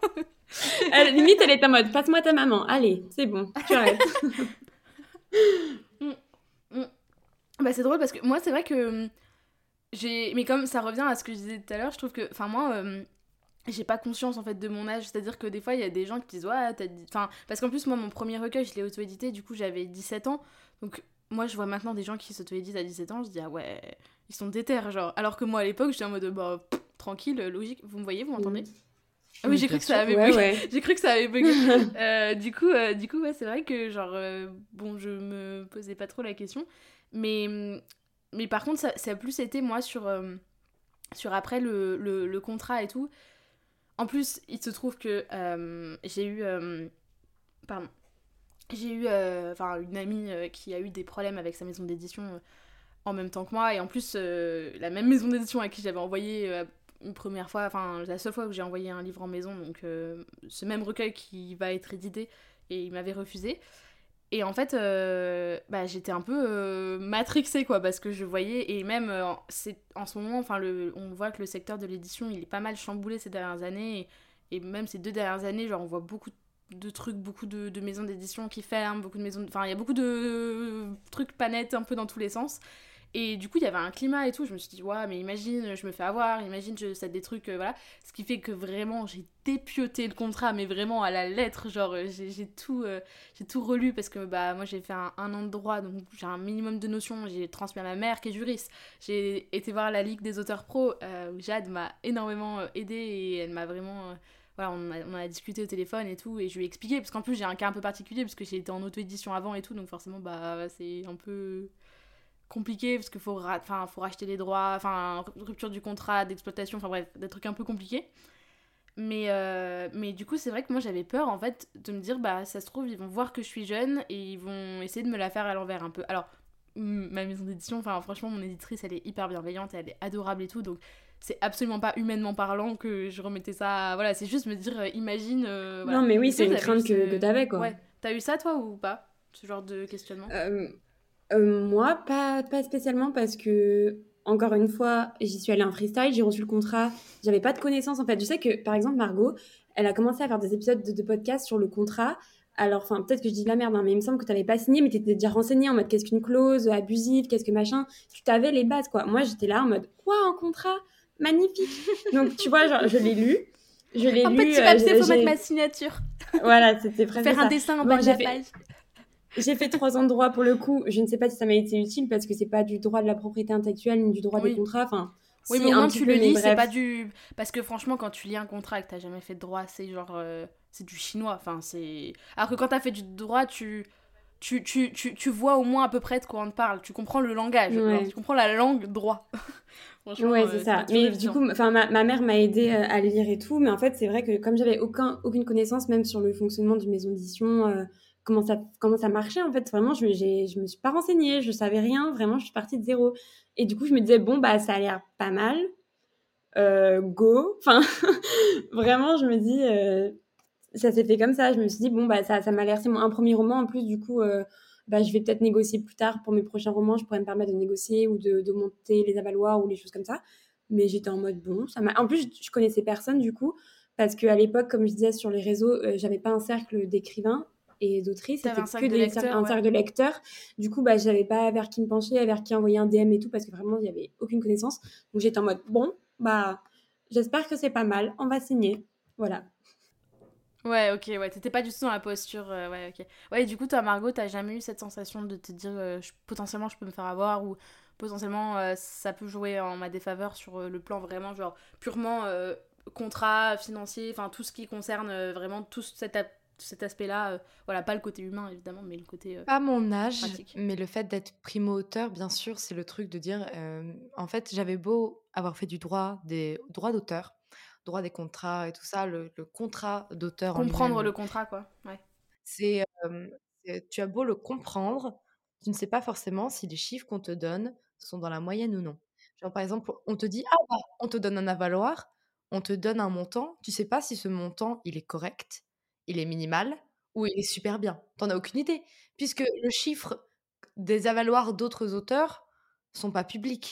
À la limite, elle est en mode, passe-moi ta maman. Allez, c'est bon, tu arrêtes. Bah, c'est drôle parce que moi, c'est vrai que j'ai. Mais comme ça revient à ce que je disais tout à l'heure, je trouve que. Enfin, moi. euh, J'ai pas conscience en fait de mon âge, c'est-à-dire que des fois il y a des gens qui disent ouais, t'as dit. Enfin, parce qu'en plus, moi, mon premier recueil, je l'ai auto-édité, du coup j'avais dix-sept ans. Donc, moi, je vois maintenant des gens qui s'auto-éditent à dix-sept ans, je dis ah ouais, ils sont déter, genre. Alors que moi à l'époque, j'étais en mode bah, pff, tranquille, logique. Vous me voyez, vous m'entendez? Mhm. Ah oui, Oui, j'ai cru bien que ça sûr. avait Ouais, bugué. ouais. J'ai cru que ça avait bugué. Euh, du coup, euh, du coup, ouais, c'est vrai que genre euh, bon, je me posais pas trop la question, mais hum, mais par contre, ça, ça a plus été moi sur euh, sur après le, le, le contrat et tout. En plus, il se trouve que euh, j'ai eu euh, pardon, j'ai eu euh, enfin une amie euh, qui a eu des problèmes avec sa maison d'édition euh, en même temps que moi, et en plus euh, la même maison d'édition à qui j'avais envoyé euh, une première fois, enfin la seule fois où j'ai envoyé un livre en maison, donc euh, ce même recueil qui va être édité, et il m'avait refusé. Et en fait, euh, bah, j'étais un peu euh, matrixée, quoi, parce que je voyais, et même euh, c'est, en ce moment, enfin, le, on voit que le secteur de l'édition, il est pas mal chamboulé ces dernières années, et, et même ces deux dernières années, genre, on voit beaucoup de trucs, beaucoup de, de maisons d'édition qui ferment, beaucoup de maisons, enfin, il y a beaucoup de trucs pas nets un peu dans tous les sens. Et du coup, il y avait un climat et tout. Je me suis dit, ouais, mais imagine, je me fais avoir, imagine, je cède des trucs, euh, voilà. Ce qui fait que vraiment, j'ai dépioté le contrat, mais vraiment à la lettre. Genre, euh, j'ai, j'ai, tout, euh, j'ai tout relu parce que bah, moi, j'ai fait un, un an de droit, donc j'ai un minimum de notions. J'ai transmis à ma mère qui est juriste. J'ai été voir la Ligue des auteurs pro, euh, où Jade m'a énormément euh, aidée et elle m'a vraiment. Euh, voilà, on a, on a discuté au téléphone et tout, et je lui ai expliqué, parce qu'en plus, j'ai un cas un peu particulier, parce que j'ai été en auto-édition avant et tout, donc forcément, bah, c'est un peu compliqué parce qu'il faut, ra- faut racheter les droits, enfin, rupture du contrat d'exploitation, enfin bref, des trucs un peu compliqués. Mais, euh, mais du coup, c'est vrai que moi j'avais peur en fait de me dire, bah ça se trouve, ils vont voir que je suis jeune et ils vont essayer de me la faire à l'envers un peu. Alors, m- ma maison d'édition, enfin franchement, mon éditrice elle est hyper bienveillante, elle est adorable et tout, donc c'est absolument pas humainement parlant que je remettais ça. Voilà, c'est juste me dire, euh, imagine, euh, Non, voilà. mais oui, Est-ce c'est que vous une avez eu crainte que, que ce. t'avais, quoi. Ouais, t'as eu ça toi ou pas? Ce genre de questionnement? Euh, euh, moi, pas, pas spécialement parce que, encore une fois, j'y suis allée en freestyle, j'ai reçu le contrat, j'avais pas de connaissances en fait. Je sais que, par exemple, Margot, elle a commencé à faire des épisodes de, de podcast sur le contrat. Alors, enfin, peut-être que je dis de la merde, hein, mais il me semble que tu n'avais pas signé, mais tu étais déjà renseignée en mode qu'est-ce qu'une clause abusive, qu'est-ce que machin. Tu t'avais les bases, quoi. Moi, j'étais là en mode quoi, un contrat magnifique. Donc, tu vois, genre, je l'ai lu. Je l'ai Un lu, petit euh, papier, j'ai, faut mettre ma j'ai- signature. voilà, c'était Faut presque faire un ça. dessin en bas Bon, de j'ai la fait, page. j'ai fait trois ans de droit pour le coup. Je ne sais pas si ça m'a été utile parce que c'est pas du droit de la propriété intellectuelle ni du droit des Oui. contrats. Enfin, Oui, mais si, au un moins petit tu le peu, mais lis, c'est pas bref. du. Parce que franchement, quand tu lis un contrat et que t'as jamais fait de droit, c'est genre. euh, C'est du chinois. Enfin, c'est. Alors que quand t'as fait du droit, tu. Tu, tu, tu, tu vois au moins à peu près de quoi on te parle. Tu comprends le langage. Genre, tu Ouais. comprends la langue droit. Franchement, Ouais, c'est euh, c'est pas ça. toujours Mais du évident. coup, enfin, ma, ma mère m'a aidée euh, à le lire et tout. Mais en fait, c'est vrai que comme j'avais aucun, aucune connaissance, même sur le fonctionnement d'une maison d'édition, euh, comment ça, comment ça marchait, en fait, vraiment, je, j'ai, je me suis pas renseignée, je savais rien. Vraiment, je suis partie de zéro. Et du coup, je me disais, bon, bah, ça a l'air pas mal. Euh, go. Enfin, vraiment, je me dis, euh, ça s'est fait comme ça. Je me suis dit, bon, bah, ça, ça m'a l'air, c'est mon un premier roman. En plus, du coup, euh, bah, je vais peut-être négocier plus tard pour mes prochains romans. Je pourrais me permettre de négocier ou de, de monter les avaloirs ou les choses comme ça. Mais j'étais en mode, bon, ça m'a. En plus, je, je connaissais personne, du coup, parce qu'à l'époque, comme je disais sur les réseaux, euh, j'avais pas un cercle d'écrivains et d'autrices, T'avais c'était un que sac de des cer- lecteur, un ouais. cercle de lecteurs. Du coup, bah, j'avais pas vers qui me pencher, vers qui envoyer un D M et tout, parce que vraiment, il y avait aucune connaissance. Donc j'étais en mode, bon, bah, j'espère que c'est pas mal, on va signer. Voilà. Ouais, ok, ouais. T'étais pas du tout dans la posture. euh, ouais, ok. Ouais, et du coup, toi, Margot, t'as jamais eu cette sensation de te dire euh, je- potentiellement je peux me faire avoir ou potentiellement euh, ça peut jouer en ma défaveur sur euh, le plan vraiment, genre, purement euh, contrat, financier, enfin, tout ce qui concerne euh, vraiment tout cet, a- cet aspect-là. euh, voilà, pas le côté humain, évidemment, mais le côté euh, Pas mon âge, pratique. mais le fait d'être primo-auteur, bien sûr, c'est le truc de dire, euh, en fait, j'avais beau avoir fait du droit, des droits d'auteur, droit des contrats et tout ça, le, le contrat d'auteur en Comprendre le lui-même, contrat, quoi. Ouais. c'est, euh, c'est- tu as beau le comprendre, tu ne sais pas forcément si les chiffres qu'on te donne sont dans la moyenne ou non. Genre, par exemple, on te dit, ah bah, on te donne un avaloir, on te donne un montant, tu sais pas si ce montant, il est correct, il est minimal ou il est super bien. T'en as aucune idée, puisque le chiffre des avaloirs d'autres auteurs sont pas publics.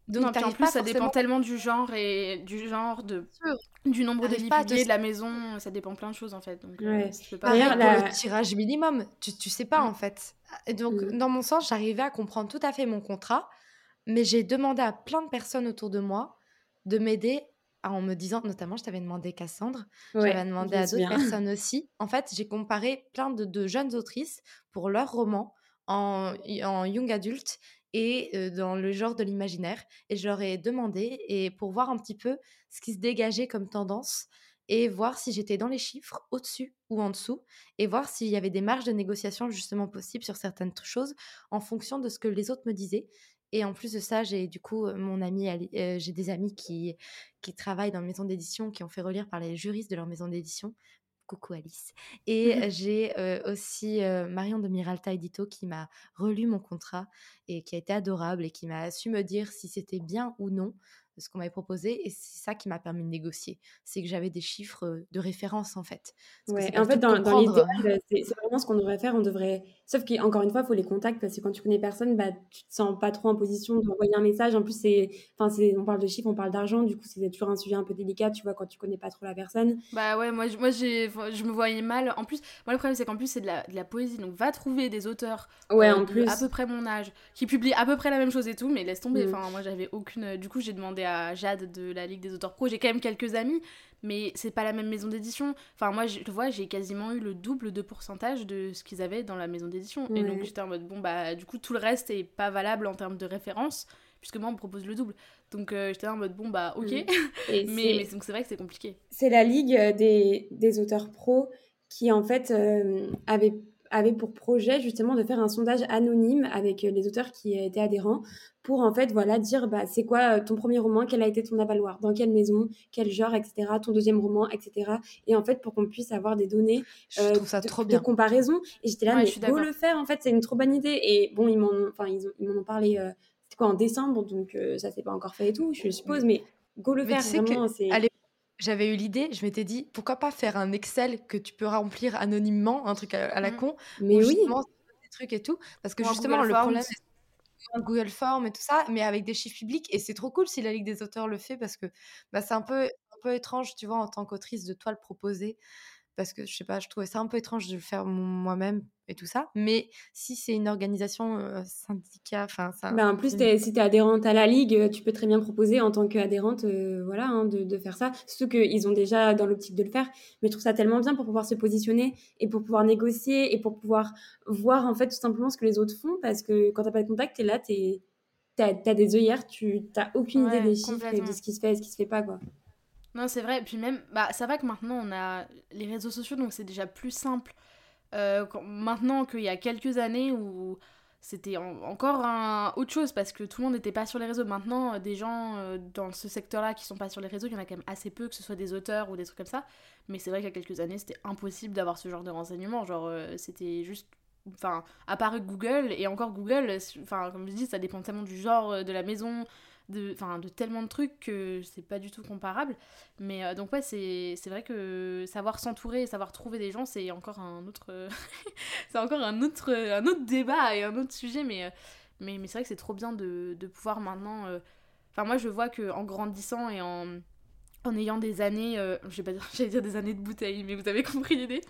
Donc, Non, puis en t'arrives plus, pas ça dépend forcément tellement du genre et du genre de sûr, du nombre de t'arrives lits pas à te publiés, de la maison, ça dépend plein de choses en fait. Donc, euh, Ouais. tu peux pas pareil D'ailleurs, faire. pour le la... tirage minimum. Tu, tu sais pas, Mm. en fait. Et donc, Mm. dans mon sens, j'arrivais à comprendre tout à fait mon contrat, mais j'ai demandé à plein de personnes autour de moi de m'aider à- en me disant, notamment, je t'avais demandé Cassandre, j'avais Ouais, je demandé me à d'autres souviens. personnes aussi. En fait, j'ai comparé plein de, de jeunes autrices pour leurs romans en, en young adulte et euh, dans le genre de l'imaginaire. Et je leur ai demandé, et pour voir un petit peu ce qui se dégageait comme tendance, et voir si j'étais dans les chiffres, au-dessus ou en dessous, et voir s'il y avait des marges de négociation justement possibles sur certaines t- choses en fonction de ce que les autres me disaient. Et en plus de ça, j'ai du coup euh, mon ami, Ali- euh, j'ai des amis qui, qui travaillent dans une maison d'édition, qui ont fait relire par les juristes de leur maison d'édition. Coucou Alice. Et j'ai euh, aussi euh, Marion de Miralta Edito qui m'a relu mon contrat et qui a été adorable et qui m'a su me dire si c'était bien ou non ce qu'on m'avait proposé. Et c'est ça qui m'a permis de négocier. C'est que j'avais des chiffres euh, de référence en fait. Parce que Ouais, c'est et pas en du fait, tout de dans, dans l'idéal, comprendre. c'est c'est vraiment ce qu'on devrait faire. On devrait... Sauf qu'encore une fois, il faut les contacts parce que quand tu connais personne, bah, tu te sens pas trop en position d'envoyer un message. En plus, c'est, enfin, c'est, on parle de chiffres, on parle d'argent. Du coup, c'est toujours un sujet un peu délicat, tu vois, quand tu connais pas trop la personne. Bah ouais, moi, je- moi j'ai, enfin, je me voyais mal. En plus, moi le problème c'est qu'en plus c'est de la, de la poésie. Donc va trouver des auteurs Ouais, euh, en de à plus. peu près mon âge qui publient à peu près la même chose et tout, mais laisse tomber. Mm. Enfin, moi j'avais aucune. euh, Du coup, j'ai demandé à Jade de la Ligue des auteurs pro. J'ai quand même quelques amis, mais c'est pas la même maison d'édition. Enfin, moi, je le vois, j'ai quasiment eu le double de pourcentage de ce qu'ils avaient dans la maison d'édition. Et donc Ouais. j'étais en mode, bon bah, du coup, tout le reste est pas valable en termes de référence, puisque moi on me propose le double. Donc euh, j'étais en mode, bon bah, ok. Mm. Et mais, mais c'est, donc c'est vrai que c'est compliqué. c'est la ligue euh, des, des auteurs pros qui, en fait, euh, avait, avait pour projet justement de faire un sondage anonyme avec euh, les auteurs qui étaient adhérents pour, en fait, voilà, dire bah, c'est quoi euh, ton premier roman, quel a été ton avaloir, dans quelle maison, quel genre, et cetera, ton deuxième roman, et cetera. Et en fait, pour qu'on puisse avoir des données Je euh, trouve ça de, trop de bien. comparaison. Et j'étais là, Ouais, je mais suis go d'accord. le faire, en fait, c'est une trop bonne idée. Et bon, ils m'en ont, enfin, ils, ont- ils m'en ont parlé, euh, c'était quoi, en décembre, donc euh, ça s'est pas encore fait et tout, je suppose, mais go le Mais tu faire, sais que vraiment, à c'est... l'époque, j'avais eu l'idée, je m'étais dit, pourquoi pas faire un Excel que tu peux remplir anonymement, un truc à, à la Mm. con, où Mais oui, justement, tu notes des trucs et tout. Parce que Ou un justement, Google le Forms. problème, c'est un Google Form et tout ça, mais avec des chiffres publics. Et c'est trop cool si la Ligue des auteurs le fait, parce que bah, c'est un peu, un peu étrange, tu vois, en tant qu'autrice, de toi le proposer. Parce que je sais pas, je trouvais ça un peu étrange de le faire moi-même et tout ça. Mais si c'est une organisation euh, syndicat, enfin, ça, bah, en plus, une- t'es- si tu es adhérente à la Ligue, euh, tu peux très bien proposer en tant qu'adhérente euh, voilà, hein, de, de faire ça. Surtout qu'ils ont déjà dans l'optique de le faire. Mais je trouve ça tellement bien pour pouvoir se positionner et pour pouvoir négocier et pour pouvoir voir en fait tout simplement ce que les autres font. Parce que quand t'as pas de contact, t'es là, t'es, t'as, t'as des œillères, tu t'as aucune idée Ouais, des chiffres et de complètement. ce qui se fait et ce qui se fait pas. Quoi. Non, c'est vrai. Et puis même, bah, ça va que maintenant on a les réseaux sociaux, donc c'est déjà plus simple. Euh, quand- maintenant qu'il y a quelques années où c'était en- encore un, autre chose parce que tout le monde n'était pas sur les réseaux. Maintenant, euh, des gens euh, dans ce secteur-là qui sont pas sur les réseaux, il y en a quand même assez peu, que ce soit des auteurs ou des trucs comme ça. Mais c'est vrai qu'il y a quelques années, c'était impossible d'avoir ce genre de renseignements. Genre, euh, c'était juste. Enfin, à part Google, et encore Google, enfin, comme je dis, ça dépend tellement du genre euh, de la maison, de, enfin, de tellement de trucs que c'est pas du tout comparable. Mais euh, donc, ouais, c'est c'est vrai que savoir s'entourer et savoir trouver des gens, c'est encore un autre. euh, c'est encore un autre, un autre débat et un autre sujet, mais, euh, mais, mais c'est vrai que c'est trop bien de, de pouvoir maintenant. euh, Enfin, moi, je vois qu'en grandissant et en, en ayant des années. euh, je vais pas dire, j'allais dire des années de bouteille, mais vous avez compris l'idée.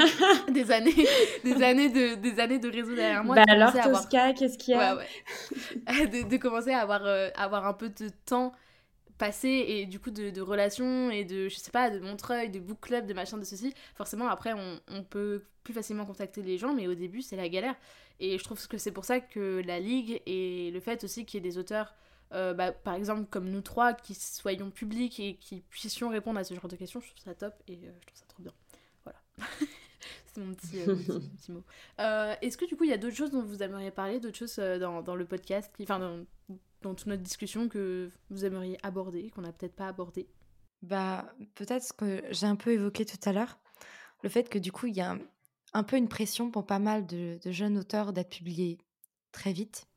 Des années, des, années de, des années de réseau derrière moi, Bah de commencer alors, à avoir. Tosca, qu'est-ce qu'il y Ouais, a? ouais. de, de commencer à avoir, euh, avoir un peu de temps passé et du coup de, de relations et de, je sais pas, de Montreuil, de book club, de machin, de ceci. Forcément, après, on, on peut plus facilement contacter les gens, mais au début, c'est la galère. Et je trouve que c'est pour ça que la Ligue et le fait aussi qu'il y ait des auteurs, euh, bah, par exemple, comme nous trois, qui soyons publics et qui puissions répondre à ce genre de questions, je trouve ça top et euh, je trouve ça trop bien. Voilà. C'est mon petit, euh, mon petit, mon petit mot. Euh, Est-ce que du coup, il y a d'autres choses dont vous aimeriez parler, d'autres choses euh, dans, dans le podcast, qui, enfin, dans, dans toute notre discussion que vous aimeriez aborder, qu'on n'a peut-être pas abordé? bah, peut-être ce que j'ai un peu évoqué tout à l'heure, le fait que du coup, il y a un, un peu une pression pour pas mal de, de jeunes auteurs d'être publiés très vite.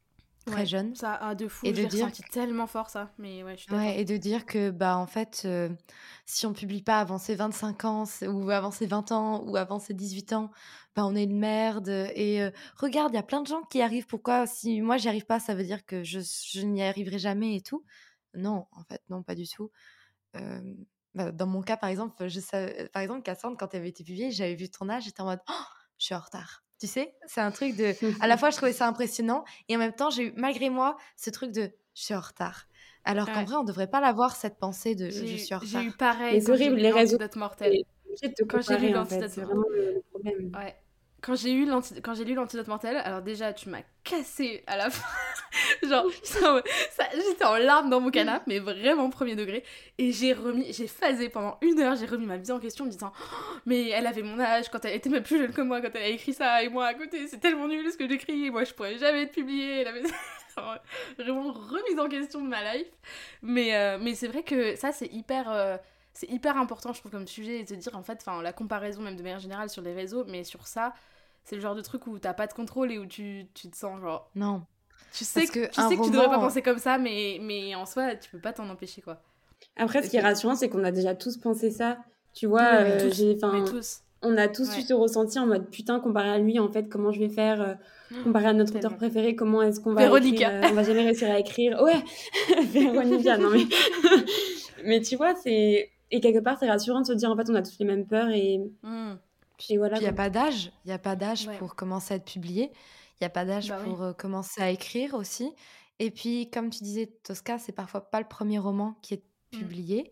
très Ouais, jeune. ça, ah, de fou, Et je de l'ai dire ressenti tellement fort ça. Mais ouais, je suis Ouais, d'accord. et de dire que, bah, en fait, heu, si on publie pas avant ses vingt-cinq ans, c'est ou avant ses vingt ans ou avant ses dix-huit ans, bah, on est une merde, et heu, regarde, il y a plein de gens qui y arrivent, pourquoi si moi j'y arrive pas, ça veut dire que je je n'y arriverai jamais et tout? Non, en fait, non, pas du tout. Hem, bah, dans mon cas, par exemple, je sav par exemple, Cassandre, quand elle avait été publiée, j'avais vu ton âge, j'étais en mode: «Oh, je suis en retard». Tu sais? C'est un truc de à la fois, je trouvais ça impressionnant et en même temps, j'ai eu malgré moi ce truc de: «Je suis en retard». Alors qu'en Ouais. vrai, on devrait pas l'avoir cette pensée de: «Je J'ai suis en eu, j'ai eu retard». Mais pareil c'est quand j'ai horrible, lu les réseaux, l'antidote mortel. t'es obligé de te Quand j'ai lu comparer en fait, l'antidote c'est mortel. vraiment le, le problème. Ouais. Quand j'ai eu l'anti- quand j'ai lu l'antidote mortel, alors déjà tu m'as cassé à la fin. Genre, j'étais en, ça- j'étais en larmes dans mon canapé, mais vraiment premier degré. Et j'ai remis, j'ai phasé pendant une heure, j'ai remis ma vie en question en me disant, oh, mais elle avait mon âge quand elle était même plus jeune que moi quand elle a écrit ça, et moi à côté, c'est tellement nul ce que j'écris, et moi je pourrais jamais être publiée. Elle avait vraiment remise en question de ma life. Mais, euh, mais c'est vrai que ça c'est hyper. euh, c'est hyper important, je trouve, comme sujet, et de dire en fait, enfin, la comparaison même de manière générale sur les réseaux, mais sur ça, c'est le genre de truc où t'as pas de contrôle et où tu, tu te sens genre. Non, Tu sais, parce que, tu qu'un sais que tu devrais pas roman penser comme ça, mais, mais en soi, tu peux pas t'en empêcher, quoi. Après, ce qui est je rassurant, c'est qu'on a déjà tous pensé ça. Tu oui, vois, oui, euh, Tous, j'ai, mais enfin, tous. on a tous eu Ouais. ce ressenti en mode putain, comparé à lui, en fait, comment je vais faire, euh, comparé à notre auteur Tellement. préféré, comment est-ce qu'on va écrire, Véronica. euh, on va jamais réussir à écrire. Ouais, Véronica, non mais. Mais tu vois, c'est. Et quelque part, c'est rassurant de se dire, en fait, on a tous les mêmes peurs et, Hmm. Puis et voilà il y a quoi. pas d'âge, il y a pas d'âge Ouais. pour commencer à être publié, il y a pas d'âge Bah oui. pour, heu, commencer à écrire aussi, et puis comme tu disais, Tosca, c'est parfois pas le premier roman qui est Hmm. publié,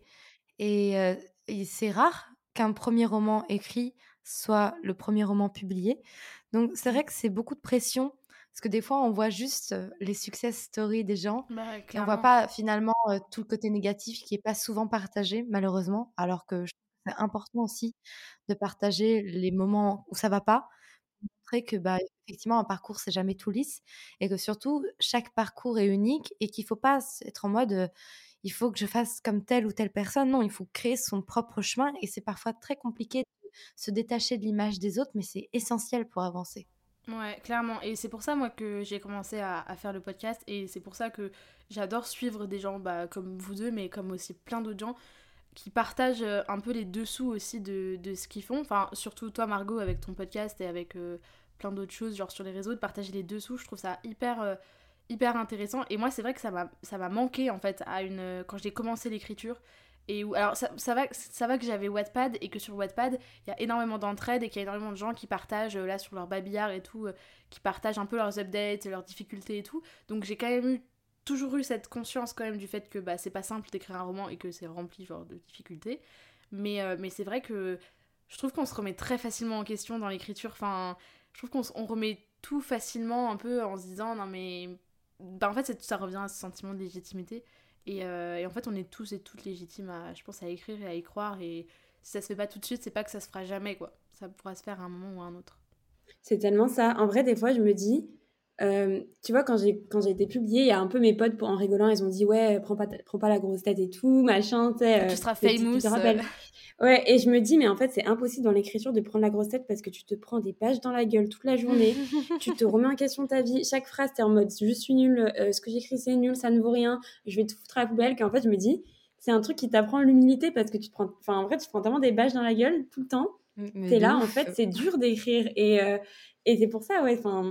et heu et c'est rare qu'un premier roman écrit soit le premier roman publié. Donc c'est Hmm. vrai que c'est beaucoup de pression, parce que des fois on voit juste, heu, les success stories des gens Bah et on voit clairement. pas finalement, heu, tout le côté négatif qui est pas souvent partagé malheureusement. Alors que je trouve que c'est important aussi de partager les moments où ça va pas, montrer que, bah, effectivement un parcours c'est jamais tout lisse, et que surtout chaque parcours est unique et qu'il faut pas s être en mode, heu: «Il faut que je fasse comme telle ou telle personne». Non, il faut créer son propre chemin, et c'est parfois très compliqué de se détacher de l'image des autres, mais c'est essentiel pour avancer. Ouais, clairement. Et c'est pour ça, moi, que j'ai commencé à, à faire le podcast. Et c'est pour ça que j'adore suivre des gens bah, comme vous deux, mais comme aussi plein d'autres gens qui partagent euh, un peu les dessous aussi de, de ce qu'ils font. Enfin, surtout toi, Margot, avec ton podcast et avec euh, plein d'autres choses, genre sur les réseaux, de partager les dessous. Je trouve ça hyper, euh, hyper intéressant. Et moi, c'est vrai que ça m'a, ça m'a manqué, en fait, à une, quand j'ai commencé l'écriture. Et où, alors, ça, ça, va, ça va que j'avais Wattpad et que sur Wattpad, il y a énormément d'entraide et qu'il y a énormément de gens qui partagent, euh, là, sur leur babillard et tout, euh, qui partagent un peu leurs updates, leurs difficultés et tout. Donc, j'ai quand même eu toujours eu cette conscience quand même du fait que bah, c'est pas simple d'écrire un roman et que c'est rempli genre de difficultés. Mais, euh, mais c'est vrai que je trouve qu'on se remet très facilement en question dans l'écriture. Enfin, je trouve qu'on s- on remet tout facilement un peu en se disant non mais... Bah, en fait, c'est- ça revient à ce sentiment de légitimité. Et, euh, et en fait, on est tous et toutes légitimes, à, je pense, à écrire et à y croire. Et si ça se fait pas tout de suite, c'est pas que ça se fera jamais, quoi. Ça pourra se faire à un moment ou à un autre. C'est tellement ça. En vrai, des fois, je me dis, euh, tu vois, quand j'ai quand j'ai été publiée, il y a un peu mes potes, pour, en rigolant, ils ont dit, ouais, prends pas, ta- prends pas la grosse tête et tout, machin, tu sais, Quand euh, tu seras le petit, tu te famous... euh, rappelles. Ouais, et je me dis, mais en fait, c'est impossible dans l'écriture de prendre la grosse tête parce que tu te prends des pages dans la gueule toute la journée, tu te remets en question ta vie, chaque phrase, t'es en mode, je suis nulle, euh, ce que j'écris, c'est nul, ça ne vaut rien, je vais te foutre à la poubelle, qu'en fait, je me dis, c'est un truc qui t'apprend l'humilité parce que tu te prends, enfin, en vrai, tu te prends tellement des bâches dans la gueule tout le temps, Mais t'es de là, en ouf! fait, c'est dur d'écrire, et, euh, et c'est pour ça, ouais, enfin,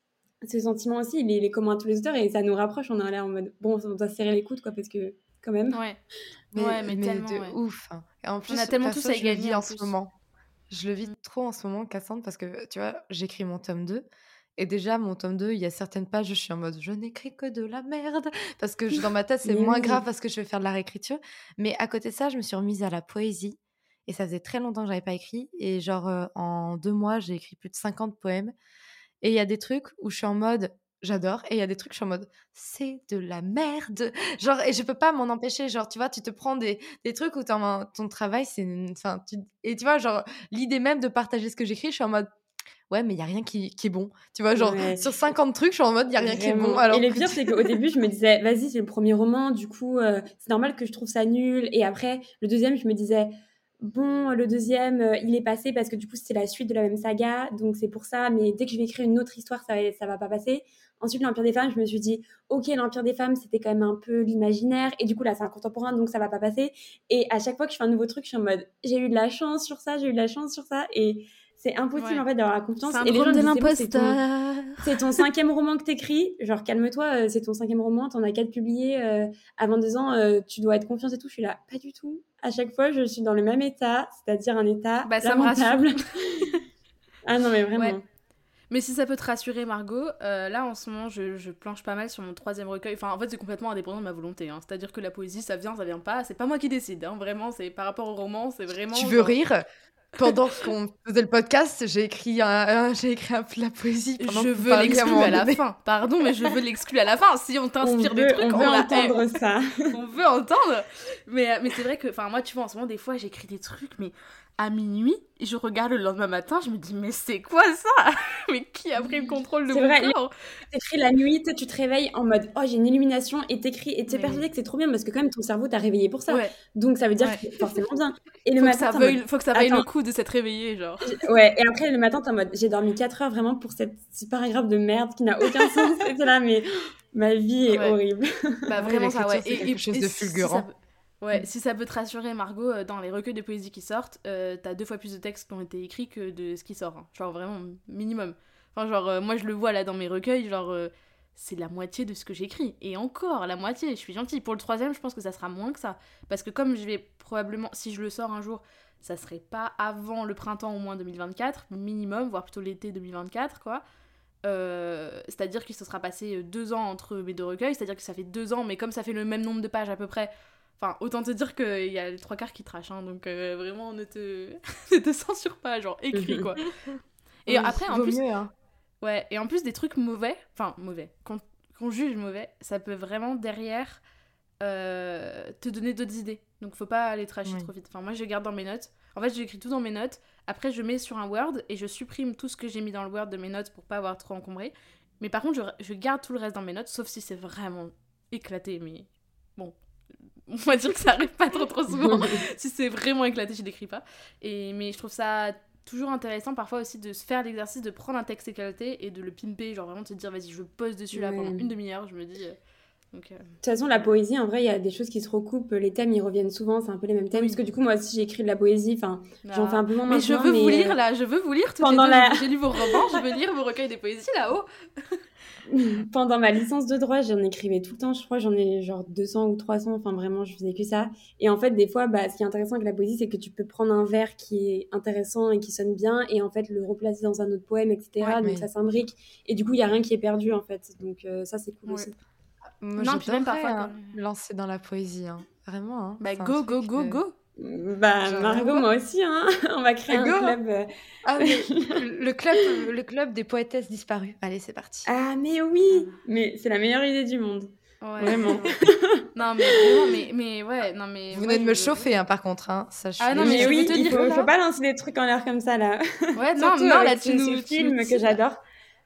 ce sentiment aussi, il est, il est commun à tous les auteurs et ça nous rapproche, on est là en mode, bon, on doit se serrer les coudes, quoi, parce que, quand même. Ouais, Mais ouais, mais mais de tellement, ouais. ouf, hein. Et en On a plus, tellement tous perso, à y je le gagner vis en en ce plus. moment. Je le vis Mm. trop en ce moment, Cassandre, parce que, tu vois, j'écris mon tome deux et déjà mon tome deux, il y a certaines pages, je suis en mode: «Je n'écris que de la merde», parce que je dans ma tête, c'est Mais moins grave oui. parce que je vais faire de la réécriture. Mais à côté de ça, je me suis remise à la poésie, et ça faisait très longtemps que j'avais pas écrit, et genre, heu, en deux mois, j'ai écrit plus de cinquante poèmes, et il y a des trucs où je suis en mode: «J'adore», et il y a des trucs, je suis en mode: «C'est de la merde!» Genre, et je peux pas m'en empêcher. Genre, tu vois, tu te prends des des trucs où tu en ton travail, c'est une enfin, tu et tu vois, genre, l'idée même de partager ce que j'écris, je suis en mode: «Ouais, mais il y a rien qui qui est bon». Tu vois? Genre, Ouais. sur cinquante trucs, je suis en mode: «Il y a rien qui est bon», Vraiment. Et alors le que pire, tu c'est qu'au début, je me disais, vas-y, c'est le premier roman, du coup, euh, c'est normal que je trouve ça nul. Et après, le deuxième, je me disais, bon, le deuxième, euh, il est passé parce que du coup, c'est la suite de la même saga, donc c'est pour ça. Mais dès que je vais écrire une autre histoire, ça va, ça va pas passer. Ensuite, l'Empire des femmes, je me suis dit, ok, l'Empire des femmes, c'était quand même un peu l'imaginaire. Et du coup, là, c'est un contemporain, donc ça va pas passer. Et à chaque fois que je fais un nouveau truc, je suis en mode, j'ai eu de la chance sur ça, j'ai eu de la chance sur ça. Et c'est impossible, Ouais. en fait, d'avoir la confiance. Et les Syndrome gens de me disent, c'est bon, c'est ton, l'imposteur. c'est ton cinquième roman que t'écris. Genre, calme-toi, euh, c'est ton cinquième roman, t'en as quatre publiés euh, à vingt-deux ans, euh, tu dois être confiante et tout. Je suis là, pas du tout. À chaque fois, je suis dans le même état, c'est-à-dire un état Bah, ça me rassure. lamentable. Ah non, mais vraiment. Ouais. Mais si ça peut te rassurer, Margot, euh, là en ce moment je, je planche pas mal sur mon troisième recueil. Enfin, en fait, c'est complètement indépendant de ma volonté. Hein. C'est-à-dire que la poésie, ça vient, ça vient pas. C'est pas moi qui décide. Hein. Vraiment, c'est par rapport au roman, c'est vraiment. Tu veux genre... rire? Pendant qu'on faisait le podcast, j'ai écrit, un, un- j'ai écrit un peu de la poésie. Je pendant que vous veux parliez l'exclu moment à la donné. fin. Pardon, mais je veux l'exclu à la fin. Si on On t'inspire veut, des trucs, on on, veut l'a- entendre eh, ça. on veut entendre. Mais, euh, mais c'est vrai que, enfin, moi, tu vois, en ce moment, des fois, j'écris des trucs, mais à minuit, et je regarde le lendemain matin, je me dis, mais c'est quoi ça? Mais qui a pris le contrôle de C'est mon vrai, corps? T'écris la nuit, tu sais, tu te réveilles en mode oh j'ai une illumination et t'écris et t'es Mais- persuadé que c'est trop bien parce que quand même ton cerveau t'a réveillé pour ça. Ouais. Donc ça veut dire Ouais. que c'est forcément bien. Et le Faut que, matin, ça t'es en veuille, mode, faut que ça vaille Attends. le coup de s'être réveillé, genre. ouais, et après le matin t'es en mode j'ai dormi quatre heures vraiment pour cette ce paragraphe de merde qui n'a aucun sens. Et t'es là mais ma vie est Ouais. horrible. Bah Ouais, vraiment ça, ouais. l'écriture, c'est quelque chose de si fulgurant. ça peut- ouais, si ça peut te rassurer, Margot, euh, dans les recueils de poésie qui sortent, euh, t'as deux fois plus de textes qui ont été écrits que de ce qui sort. Hein. Genre vraiment minimum. Enfin genre, euh, moi je le vois là dans mes recueils, genre euh, c'est la moitié de ce que j'écris. Et encore, la moitié, je suis gentille. Pour le troisième, je pense que ça sera moins que ça. Parce que comme je vais probablement, si je le sors un jour, ça serait pas avant le printemps au moins deux mille vingt-quatre, minimum, voire plutôt l'été deux mille vingt-quatre, quoi. Euh, c'est-à-dire qu'il se sera passé deux ans entre mes deux recueils, c'est-à-dire que ça fait deux ans, mais comme ça fait le même nombre de pages à peu près, enfin, autant te dire qu'il y a les trois quarts qui trashent, hein, donc euh, vraiment, ne te... ne te censure pas, genre, écris, quoi. Et Oui, après, en vaut plus, mieux, hein. ouais, et en plus, des trucs mauvais, enfin, mauvais, qu'on, qu'on juge mauvais, ça peut vraiment, derrière, euh, te donner d'autres idées. Donc, faut pas aller trasher Oui. trop vite. Enfin, moi, je garde dans mes notes. En fait, j'écris tout dans mes notes. Après, je mets sur un Word et je supprime tout ce que j'ai mis dans le Word de mes notes pour pas avoir trop encombré. Mais par contre, je, je garde tout le reste dans mes notes, sauf si c'est vraiment éclaté. Mais bon, on va dire que ça arrive pas trop trop souvent. Si c'est vraiment éclaté, je l'écris pas. Et, mais je trouve ça toujours intéressant parfois aussi de se faire l'exercice de prendre un texte éclaté et de le pimper, genre vraiment de se dire vas-y, je pose dessus là Ouais. pendant une demi-heure, je me dis. euh, donc, euh, De toute façon, la poésie, en vrai, il y a des choses qui se recoupent. Les thèmes, ils reviennent souvent. C'est un peu les mêmes thèmes. Oui. Parce que du coup, moi aussi, j'écris de la poésie. Enfin, j'en là- fais un peu moins Mais je maintenant. veux vous mais, lire euh, là, je veux vous lire toutes pendant les deux. la- J'ai lu vos romans, je veux lire vos recueils de poésie là-haut. Pendant ma licence de droit, j'en écrivais tout le temps. Je crois j'en ai genre deux cents ou trois cents. Enfin, vraiment, je faisais que ça. Et en fait, des fois, bah, ce qui est intéressant avec la poésie, c'est que tu peux prendre un vers qui est intéressant et qui sonne bien et en fait le replacer dans un autre poème, et cetera. Ouais, Donc oui. ça s'imbrique. Et du coup, il n'y a rien qui est perdu en fait. Donc euh, ça, c'est cool Ouais. aussi. Moi, Non, puis même j'adorerais, parfois, hein, quand- me lancer dans la poésie, hein. Vraiment, hein. Bah C'est un go, go, truc, go, euh, go. Bah, Genre, Margot, vraiment. moi aussi, hein. On va créer un Go. club. euh. Ah, mais le club, le club des poétesses disparues. Allez, c'est parti. Ah, mais oui! Mais c'est la meilleure idée du monde. Ouais, Vraiment. ouais. Non mais vraiment, mais, mais ouais, non mais... Vous moi, venez de me je- chauffer, hein, par contre. Hein. Ça, je Ah suis non, mais mais je oui, veux te il lire faut, là. faut pas lancer des trucs en l'air comme ça, là. Ouais, non, Surtout non, avec là tu ce, nous... ce tu film nous que teases, là. j'adore.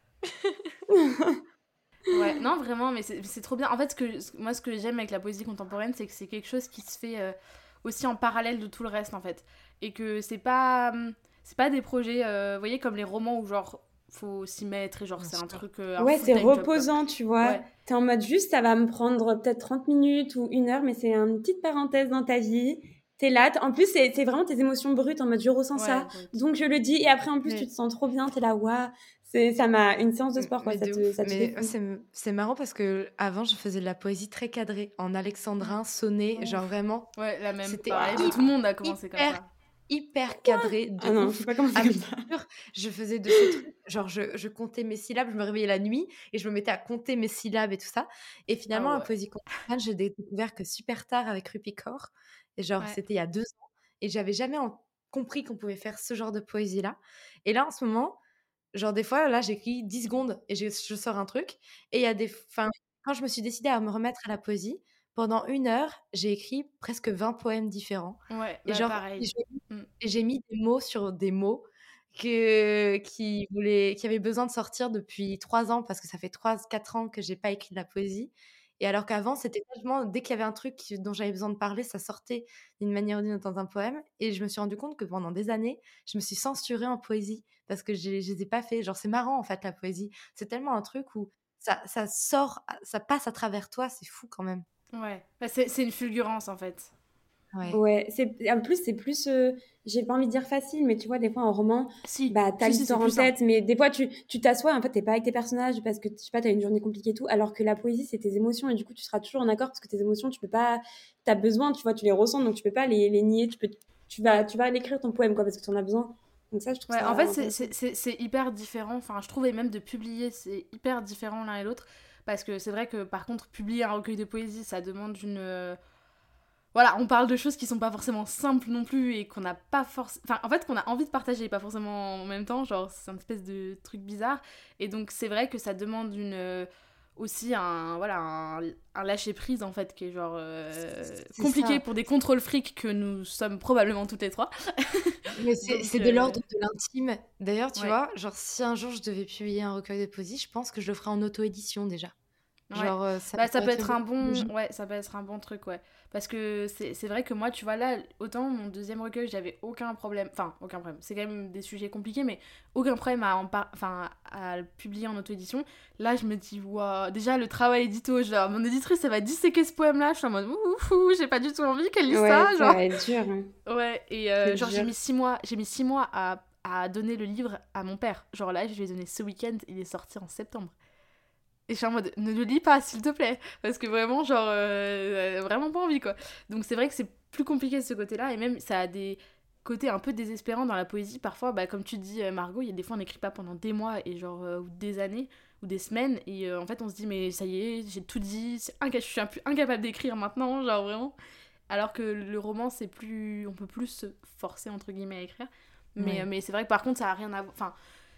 Ouais, non, vraiment, mais c'est c'est trop bien. En fait, ce que, ce- moi, ce que j'aime avec la poésie contemporaine, c'est que c'est quelque chose qui se fait euh, aussi en parallèle de tout le reste, en fait. Et que c'est pas, hum, c'est pas des projets, euh, vous voyez, comme les romans où, genre, faut s'y mettre et, genre, Bien c'est un sûr. truc, euh, un Ouais, c'est full-time job, quoi. reposant, tu vois. Ouais. T'es en mode juste, ça va me prendre peut-être trente minutes ou une heure, mais c'est une petite parenthèse dans ta vie. T'es là. t- En plus, c'est c'est vraiment tes émotions brutes, en mode je ressens ça, Ouais, brut. donc je le dis. Et après, en plus, Mais- tu te sens trop bien. T'es là, waouh. C'est, ça m'a une séance de sport, quoi. Mais Ça de te, ouf. ça te Mais défoule. c'est c'est marrant parce que avant je faisais de la poésie très cadrée en alexandrin sonné, Ouf. genre vraiment Ouais, la même, C'était pareil. hyper- Tout le monde a commencé comme ça. hyper cadré de Ah non, ouf. faut pas commencer Ah, comme mais ça. c'est sûr, je faisais de ces trucs, genre je, je comptais mes syllabes, je me réveillais la nuit et je me mettais à compter mes syllabes et tout ça. Et finalement, Ah la ouais. poésie contemporaine, j'ai découvert que super tard avec Rupi Kaur. Et genre, Ouais. c'était il y a deux ans. Et j'avais jamais en- compris qu'on pouvait faire ce genre de poésie-là. Et là, en ce moment, genre des fois, là, j'écris dix secondes et je, je sors un truc. Et il y a des... Enfin, quand je me suis décidée à me remettre à la poésie, pendant une heure, j'ai écrit presque vingt poèmes différents. Ouais, Et bah, genre, pareil. j'ai Mm. et j'ai mis des mots sur des mots que, qui, voulaient, qui avaient besoin de sortir depuis trois ans, parce que ça fait trois quatre ans que j'ai pas écrit de la poésie. Et alors qu'avant, c'était tellement, dès qu'il y avait un truc qui- dont j'avais besoin de parler, ça sortait d'une manière ou d'une autre dans un poème. Et je me suis rendu compte que pendant des années, je me suis censurée en poésie, parce que j'ai- je les ai pas fait. Genre, c'est marrant, en fait, la poésie. C'est tellement un truc où ça, ça sort, ça passe à travers toi, c'est fou quand même. Ouais, bah, c'est, c'est une fulgurance en fait. Ouais. Ouais, c'est, en plus, c'est plus, euh, j'ai pas envie de dire facile, mais tu vois, des fois, en roman, Si, bah, t'as si, si, l'histoire c'est en plus simple. tête, mais des fois, tu, tu t'assois, en fait, t'es pas avec tes personnages parce que, je sais pas, t'as une journée compliquée et tout, alors que la poésie, c'est tes émotions, et du coup, tu seras toujours en accord parce que tes émotions, tu peux pas, t'as besoin, tu vois, tu les ressens, donc tu peux pas les, les nier, tu peux, tu vas, tu vas l'écrire ton poème, quoi, parce que t'en as besoin. Donc ça, je trouve Ouais, ça en fait, c'est, intéressant. c'est, c'est, c'est hyper différent. Enfin, je trouve, et même de publier, c'est hyper différent l'un et l'autre. Parce que c'est vrai que, par contre, publier un recueil de poésie, ça demande une... euh, Voilà, on parle de choses qui sont pas forcément simples non plus et qu'on n'a pas forcément... Enfin, en fait, qu'on a envie de partager, pas forcément en même temps. Genre, c'est une espèce de truc bizarre. Et donc, c'est vrai que ça demande une... euh, aussi un, voilà, un, un lâcher-prise, en fait, qui est genre... euh, C'est compliqué ça. pour des contrôles frics que nous sommes probablement toutes les trois. Mais c'est Donc, c'est de euh, l'ordre de l'intime. D'ailleurs, tu ouais. vois, genre si un jour je devais publier un recueil de poésie, je pense que je le ferais en auto-édition déjà. Ouais. Genre, euh, ça Bah, me ça peut paraîtrait être un beaucoup plus bon... logique. Ouais, ça peut être un bon truc, ouais. Parce que c'est c'est vrai que moi, tu vois, là, autant mon deuxième recueil, j'avais aucun problème... Enfin, aucun problème. C'est quand même des sujets compliqués, mais aucun problème à, en par... enfin, à le publier en auto-édition. Là, je me dis, waouh... Déjà, le travail édito, genre, mon éditrice, ça va disséquer ce poème-là. Je suis en mode, ouf, ouf, j'ai pas du tout envie qu'elle lise Ouais, ça, ça genre. va être dur, hein. Ouais, et euh, C'est genre, j'ai dur. mis six mois, j'ai mis six mois à, à donner le livre à mon père. Genre là, je lui ai donné ce week-end, il est sorti en septembre. Et je suis en mode, ne le lis pas, s'il te plaît. Parce que vraiment, genre, euh, vraiment pas envie, quoi. Donc c'est vrai que c'est plus compliqué de ce côté-là. Et même, ça a des côtés un peu désespérants dans la poésie. Parfois, bah, comme tu dis, euh, Margot, il y a des fois, on n'écrit pas pendant des mois, et genre, euh, ou des années, ou des semaines. Et euh, en fait, on se dit, mais ça y est, j'ai tout dit. C'est inca- je suis un peu incapable d'écrire maintenant, genre, vraiment. Alors que le roman, c'est plus... On peut plus se forcer, entre guillemets, à écrire. Mais, Ouais. euh, mais c'est vrai que par contre, ça a rien à voir... Enfin,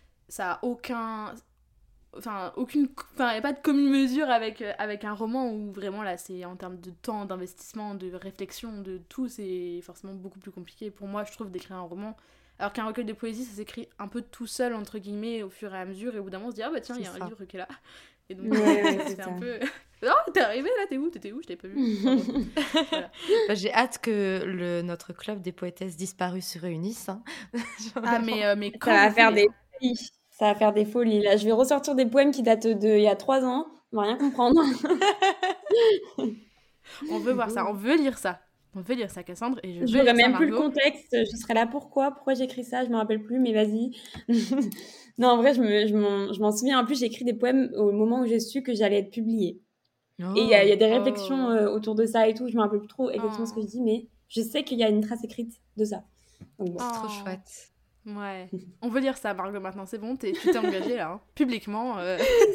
ça a aucun... Enfin, aucune... Enfin, il n'y a pas de commune mesure avec, euh, avec un roman où vraiment, là, c'est en termes de temps, d'investissement, de réflexion, de tout, c'est forcément beaucoup plus compliqué pour moi, je trouve, d'écrire un roman. Alors qu'un recueil de poésie, ça s'écrit un peu tout seul, entre guillemets, au fur et à mesure, et au bout d'un moment, on se dit, ah bah tiens, il y a C'est un ça. livre qui est là. Et donc, Ouais, euh, ouais, ça se c'est fait ça. un peu... Oh, t'es arrivé là, t'es où T'étais où Je t'ai pas vu. Enfin, bref. Voilà. Bah, j'ai hâte que le, notre club des poétesses disparues se réunisse. Hein. Genre Ah, vraiment. mais, euh, mais Ça quand va vous faire voulez. des folies. Ça va faire des folies. Là, je vais ressortir des poèmes qui datent de il y a trois ans. On va rien comprendre. On veut voir ça, on Go. veut lire ça. On veut lire ça, Cassandre, et je veux J'aurais lire ça, même plus le Margot. contexte. Je serais là pourquoi, pourquoi j'écris ça. Je me rappelle plus, mais vas-y. Non, en vrai, je me, je m'en, je m'en souviens. En plus, j'ai écrit des poèmes au moment où j'ai su que j'allais être publiée. Et il y a, il y a Oh. des réflexions Oh. euh, autour de ça et tout. Je me rappelle plus trop exactement ce que Oh. je dis, mais je sais qu'il y a une trace écrite de ça. Donc bon. C'est trop Oh. chouette. Ouais. On veut lire ça, Margot, maintenant, c'est bon, t'es, tu t'es engagée là, hein, publiquement. Euh...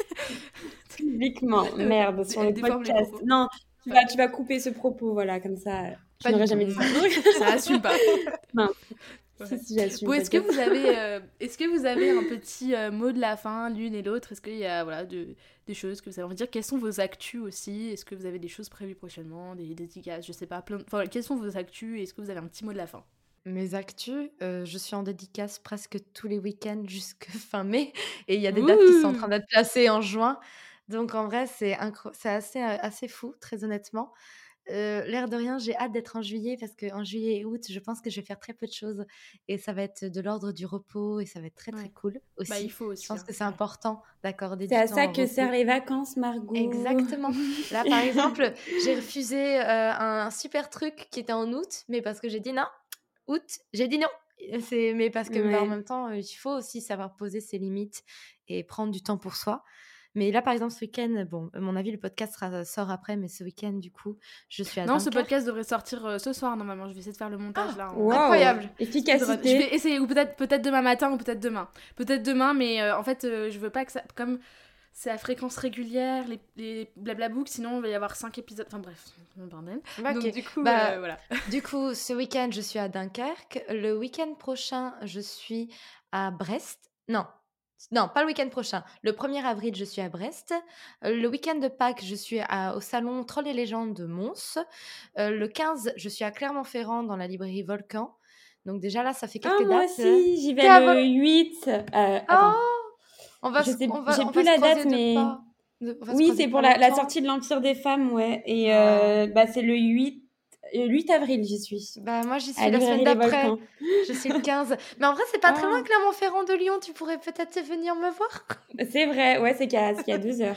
Publiquement, Elle merde, dé- sur elle les déforme les podcasts. propos. Non, tu Ouais. vas, tu vas couper ce propos, voilà, comme ça. Tu Pas n'aurais du tout. jamais dit ça. Ça assume pas. Non, Ouais. si, si, j'assume. Bon, est-ce que t'inquiète. vous avez, euh, est-ce que vous avez un petit euh, mot de la fin, l'une et l'autre? Est-ce qu'il y a voilà, de, des choses que vous avez envie de dire? Quelles sont vos actus aussi? Est-ce que vous avez des choses prévues prochainement? Des dédicaces, je sais pas. Plein de... Enfin, quelles sont vos actus? Est-ce que vous avez un petit mot de la fin? Mes actus, euh, je suis en dédicace presque tous les week-ends jusque fin mai. Et il y a des dates qui sont en train Ouh. d'être placées en juin. Donc en vrai, c'est incro- c'est assez, euh, assez fou, très honnêtement. Euh, l'air de rien, j'ai hâte d'être en juillet parce qu'en juillet et août, je pense que je vais faire très peu de choses et ça va être de l'ordre du repos et ça va être très très Ouais. cool Bah, il aussi. faut Je aussi. pense Hein. que c'est Ouais. important d'accorder C'est du à temps ça au que servent repos. les vacances, Margot. Exactement. Là, par exemple, j'ai refusé euh, un super truc qui était en août, mais parce que j'ai dit non, août, j'ai dit non. C'est, mais parce que bah, en Ouais. même temps, euh, il faut aussi savoir poser ses limites et prendre du temps pour soi. Mais là, par exemple, ce week-end, bon, à mon avis, le podcast sera- sort après, mais ce week-end, du coup, je suis à Non, ce Dunkerque. podcast devrait sortir euh, ce soir normalement. Je vais essayer de faire le montage Ah, là. En... Wow. incroyable. Speedrun. Je vais Efficacité. essayer, ou peut-être peut-être demain matin ou peut-être demain. Peut-être demain, mais euh, en fait, euh, je veux pas que ça. Comme c'est à fréquence régulière, les, les blabla-books, sinon il va y avoir cinq épisodes. Enfin bref, mon bordel. Bah, Donc ok. du coup, Bah, euh, voilà. du coup, ce week-end, je suis à Dunkerque. Le week-end prochain, je suis à Brest. Non, non, pas le week-end prochain. Le premier avril, je suis à Brest. Euh, Le week-end de Pâques, je suis à- au salon Trolls et légendes de Mons. Euh, le quinze, je suis à Clermont-Ferrand dans la librairie Volcan. Donc déjà là, ça fait Ah, quelques moi dates. euh. aussi, j'y T'es vais à le Vol- huit. Euh, Oh, attends, on va je se, sais, on va, j'ai on plus va se la croiser date, de mais pas. de- On va se oui, croiser c'est de pour pas la, la longtemps. sortie de l'Empire des femmes, ouais. Et Ah. euh, bah, c'est le huit, euh, huit avril, j'y suis. Bah moi j'y À suis la semaine librairie Les d'après. Volcans. Je suis le quinze. Mais en vrai c'est pas très loin Ah, Clermont-Ferrand de Lyon. Tu pourrais peut-être venir me voir. c'est vrai, ouais, c'est qu'il y a, c'est qu'il y a deux heures.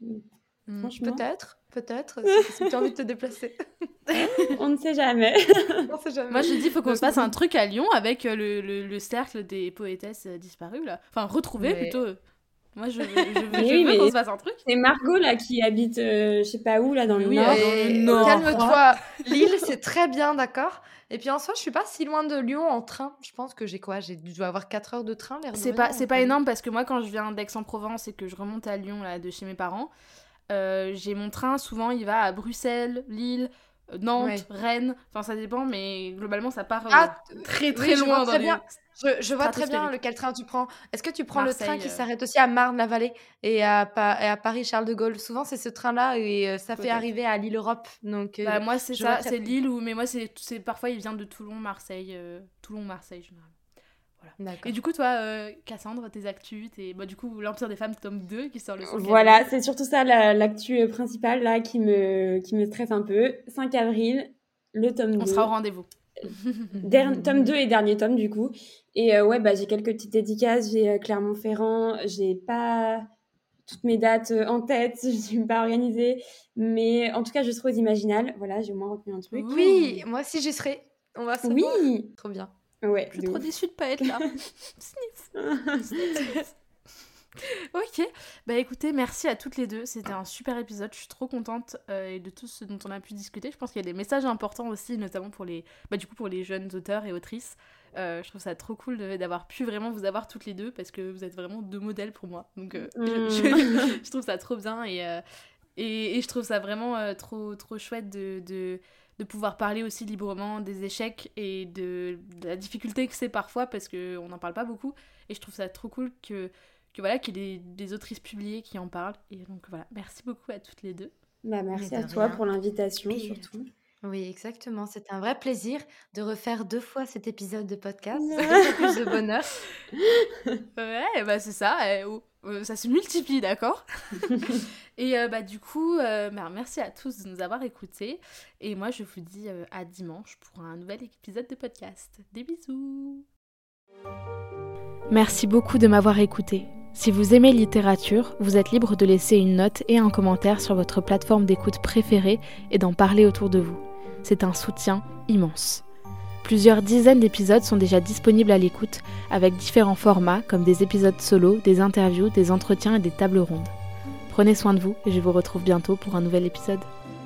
Mm, Franchement. Peut-être, peut-être, si, si tu as envie de te déplacer. On ne sait jamais. On sait jamais. Moi, je dis, il faut qu'on Donc, se fasse un truc à Lyon avec euh, le, le, le cercle des poétesses euh, disparues, là. Enfin, retrouvées, Mais- plutôt. Moi, je veux, je veux, Mais je oui, veux mais- qu'on se fasse un truc. C'est Margot, là, qui habite, euh, je sais pas où, là, dans le Oui, Nord. elle est- dans le Et- Nord. Calme-toi, Lille, c'est très bien, d'accord. Et puis en soi, je suis pas si loin de Lyon en train. Je pense que j'ai quoi j'ai, Je dois avoir quatre heures de train, l'air de C'est rien, pas, c'est pas enfin, énorme parce que moi, quand je viens d'Aix-en-Provence et que je remonte à Lyon, là, de chez mes parents, euh, j'ai mon train, souvent, il va à Bruxelles, Lille, euh, Nantes, Ouais. Rennes. Enfin, ça dépend, mais globalement, ça part euh, Ah, très, oui, très je loin vois dans très les... bien. Je, je vois très bien stratosphériques. lequel train tu prends. Est-ce que tu prends le train Marseille, qui euh. s'arrête aussi à Marne-la-Vallée et à, Pa- et à Paris-Charles de Gaulle? Souvent, c'est ce train-là et euh, ça fait Peut-être. arriver à Lille-Europe. Donc, euh, Bah, moi, c'est je ça, vois très c'est bien. Lille, ou... mais moi, c'est, c'est... parfois, il vient de Toulon, Marseille, euh, Toulon, Marseille, généralement. D'accord. Et du coup, toi, euh, Cassandre, tes actus, tes... Bah, du coup, l'Empire des femmes, tome deux, qui sort le cinq Voilà, avril. c'est surtout ça la- l'actu euh, principale, là, qui me, qui me stresse un peu. cinq avril, le tome On deux. sera au rendez-vous. Der- tome deux et dernier tome, du coup. Et euh, ouais, bah, j'ai quelques petites dédicaces. J'ai euh, Clermont-Ferrand. J'ai pas toutes mes dates euh, en tête. Je suis pas organisée. Mais en tout cas, je serai aux Imaginales. Voilà, j'ai au moins retenu un truc. Oui, moi aussi, j'y serai. On va se voir. Oui. Trop bien. Ouais, Je suis de trop ouf. déçue de pas être là. Sniff. Ok, bah écoutez, merci à toutes les deux, c'était un super épisode, je suis trop contente euh, de tout ce dont on a pu discuter. Je pense qu'il y a des messages importants aussi, notamment pour les, bah, du coup pour les jeunes auteurs et autrices. Euh, je trouve ça trop cool de- d'avoir pu vraiment vous avoir toutes les deux, parce que vous êtes vraiment deux modèles pour moi. Donc euh, je, Mm. je- je trouve ça trop bien et, euh, et, et je trouve ça vraiment euh, trop, trop chouette de, de, de pouvoir parler aussi librement des échecs et de, de la difficulté que c'est parfois, parce qu'on n'en parle pas beaucoup. Et je trouve ça trop cool que que voilà, qu'il y ait des, des autrices publiées qui en parlent. Et donc voilà, merci beaucoup à toutes les deux. Bah, merci Mais à de toi rien. pour l'invitation, Et- surtout. Oui, exactement. C'était un vrai plaisir de refaire deux fois cet épisode de podcast. Avec plus de bonheur. Ouais, bah c'est ça, euh, oh, euh, ça se multiplie, d'accord. Et euh, bah du coup, euh, bah, merci à tous de nous avoir écoutés. Et moi, je vous dis euh, à dimanche pour un nouvel épisode de podcast. Des bisous. Merci beaucoup de m'avoir écouté. Si vous aimez littérature, vous êtes libre de laisser une note et un commentaire sur votre plateforme d'écoute préférée et d'en parler autour de vous. C'est un soutien immense. Plusieurs dizaines d'épisodes sont déjà disponibles à l'écoute, avec différents formats comme des épisodes solo, des interviews, des entretiens et des tables rondes. Prenez soin de vous et je vous retrouve bientôt pour un nouvel épisode.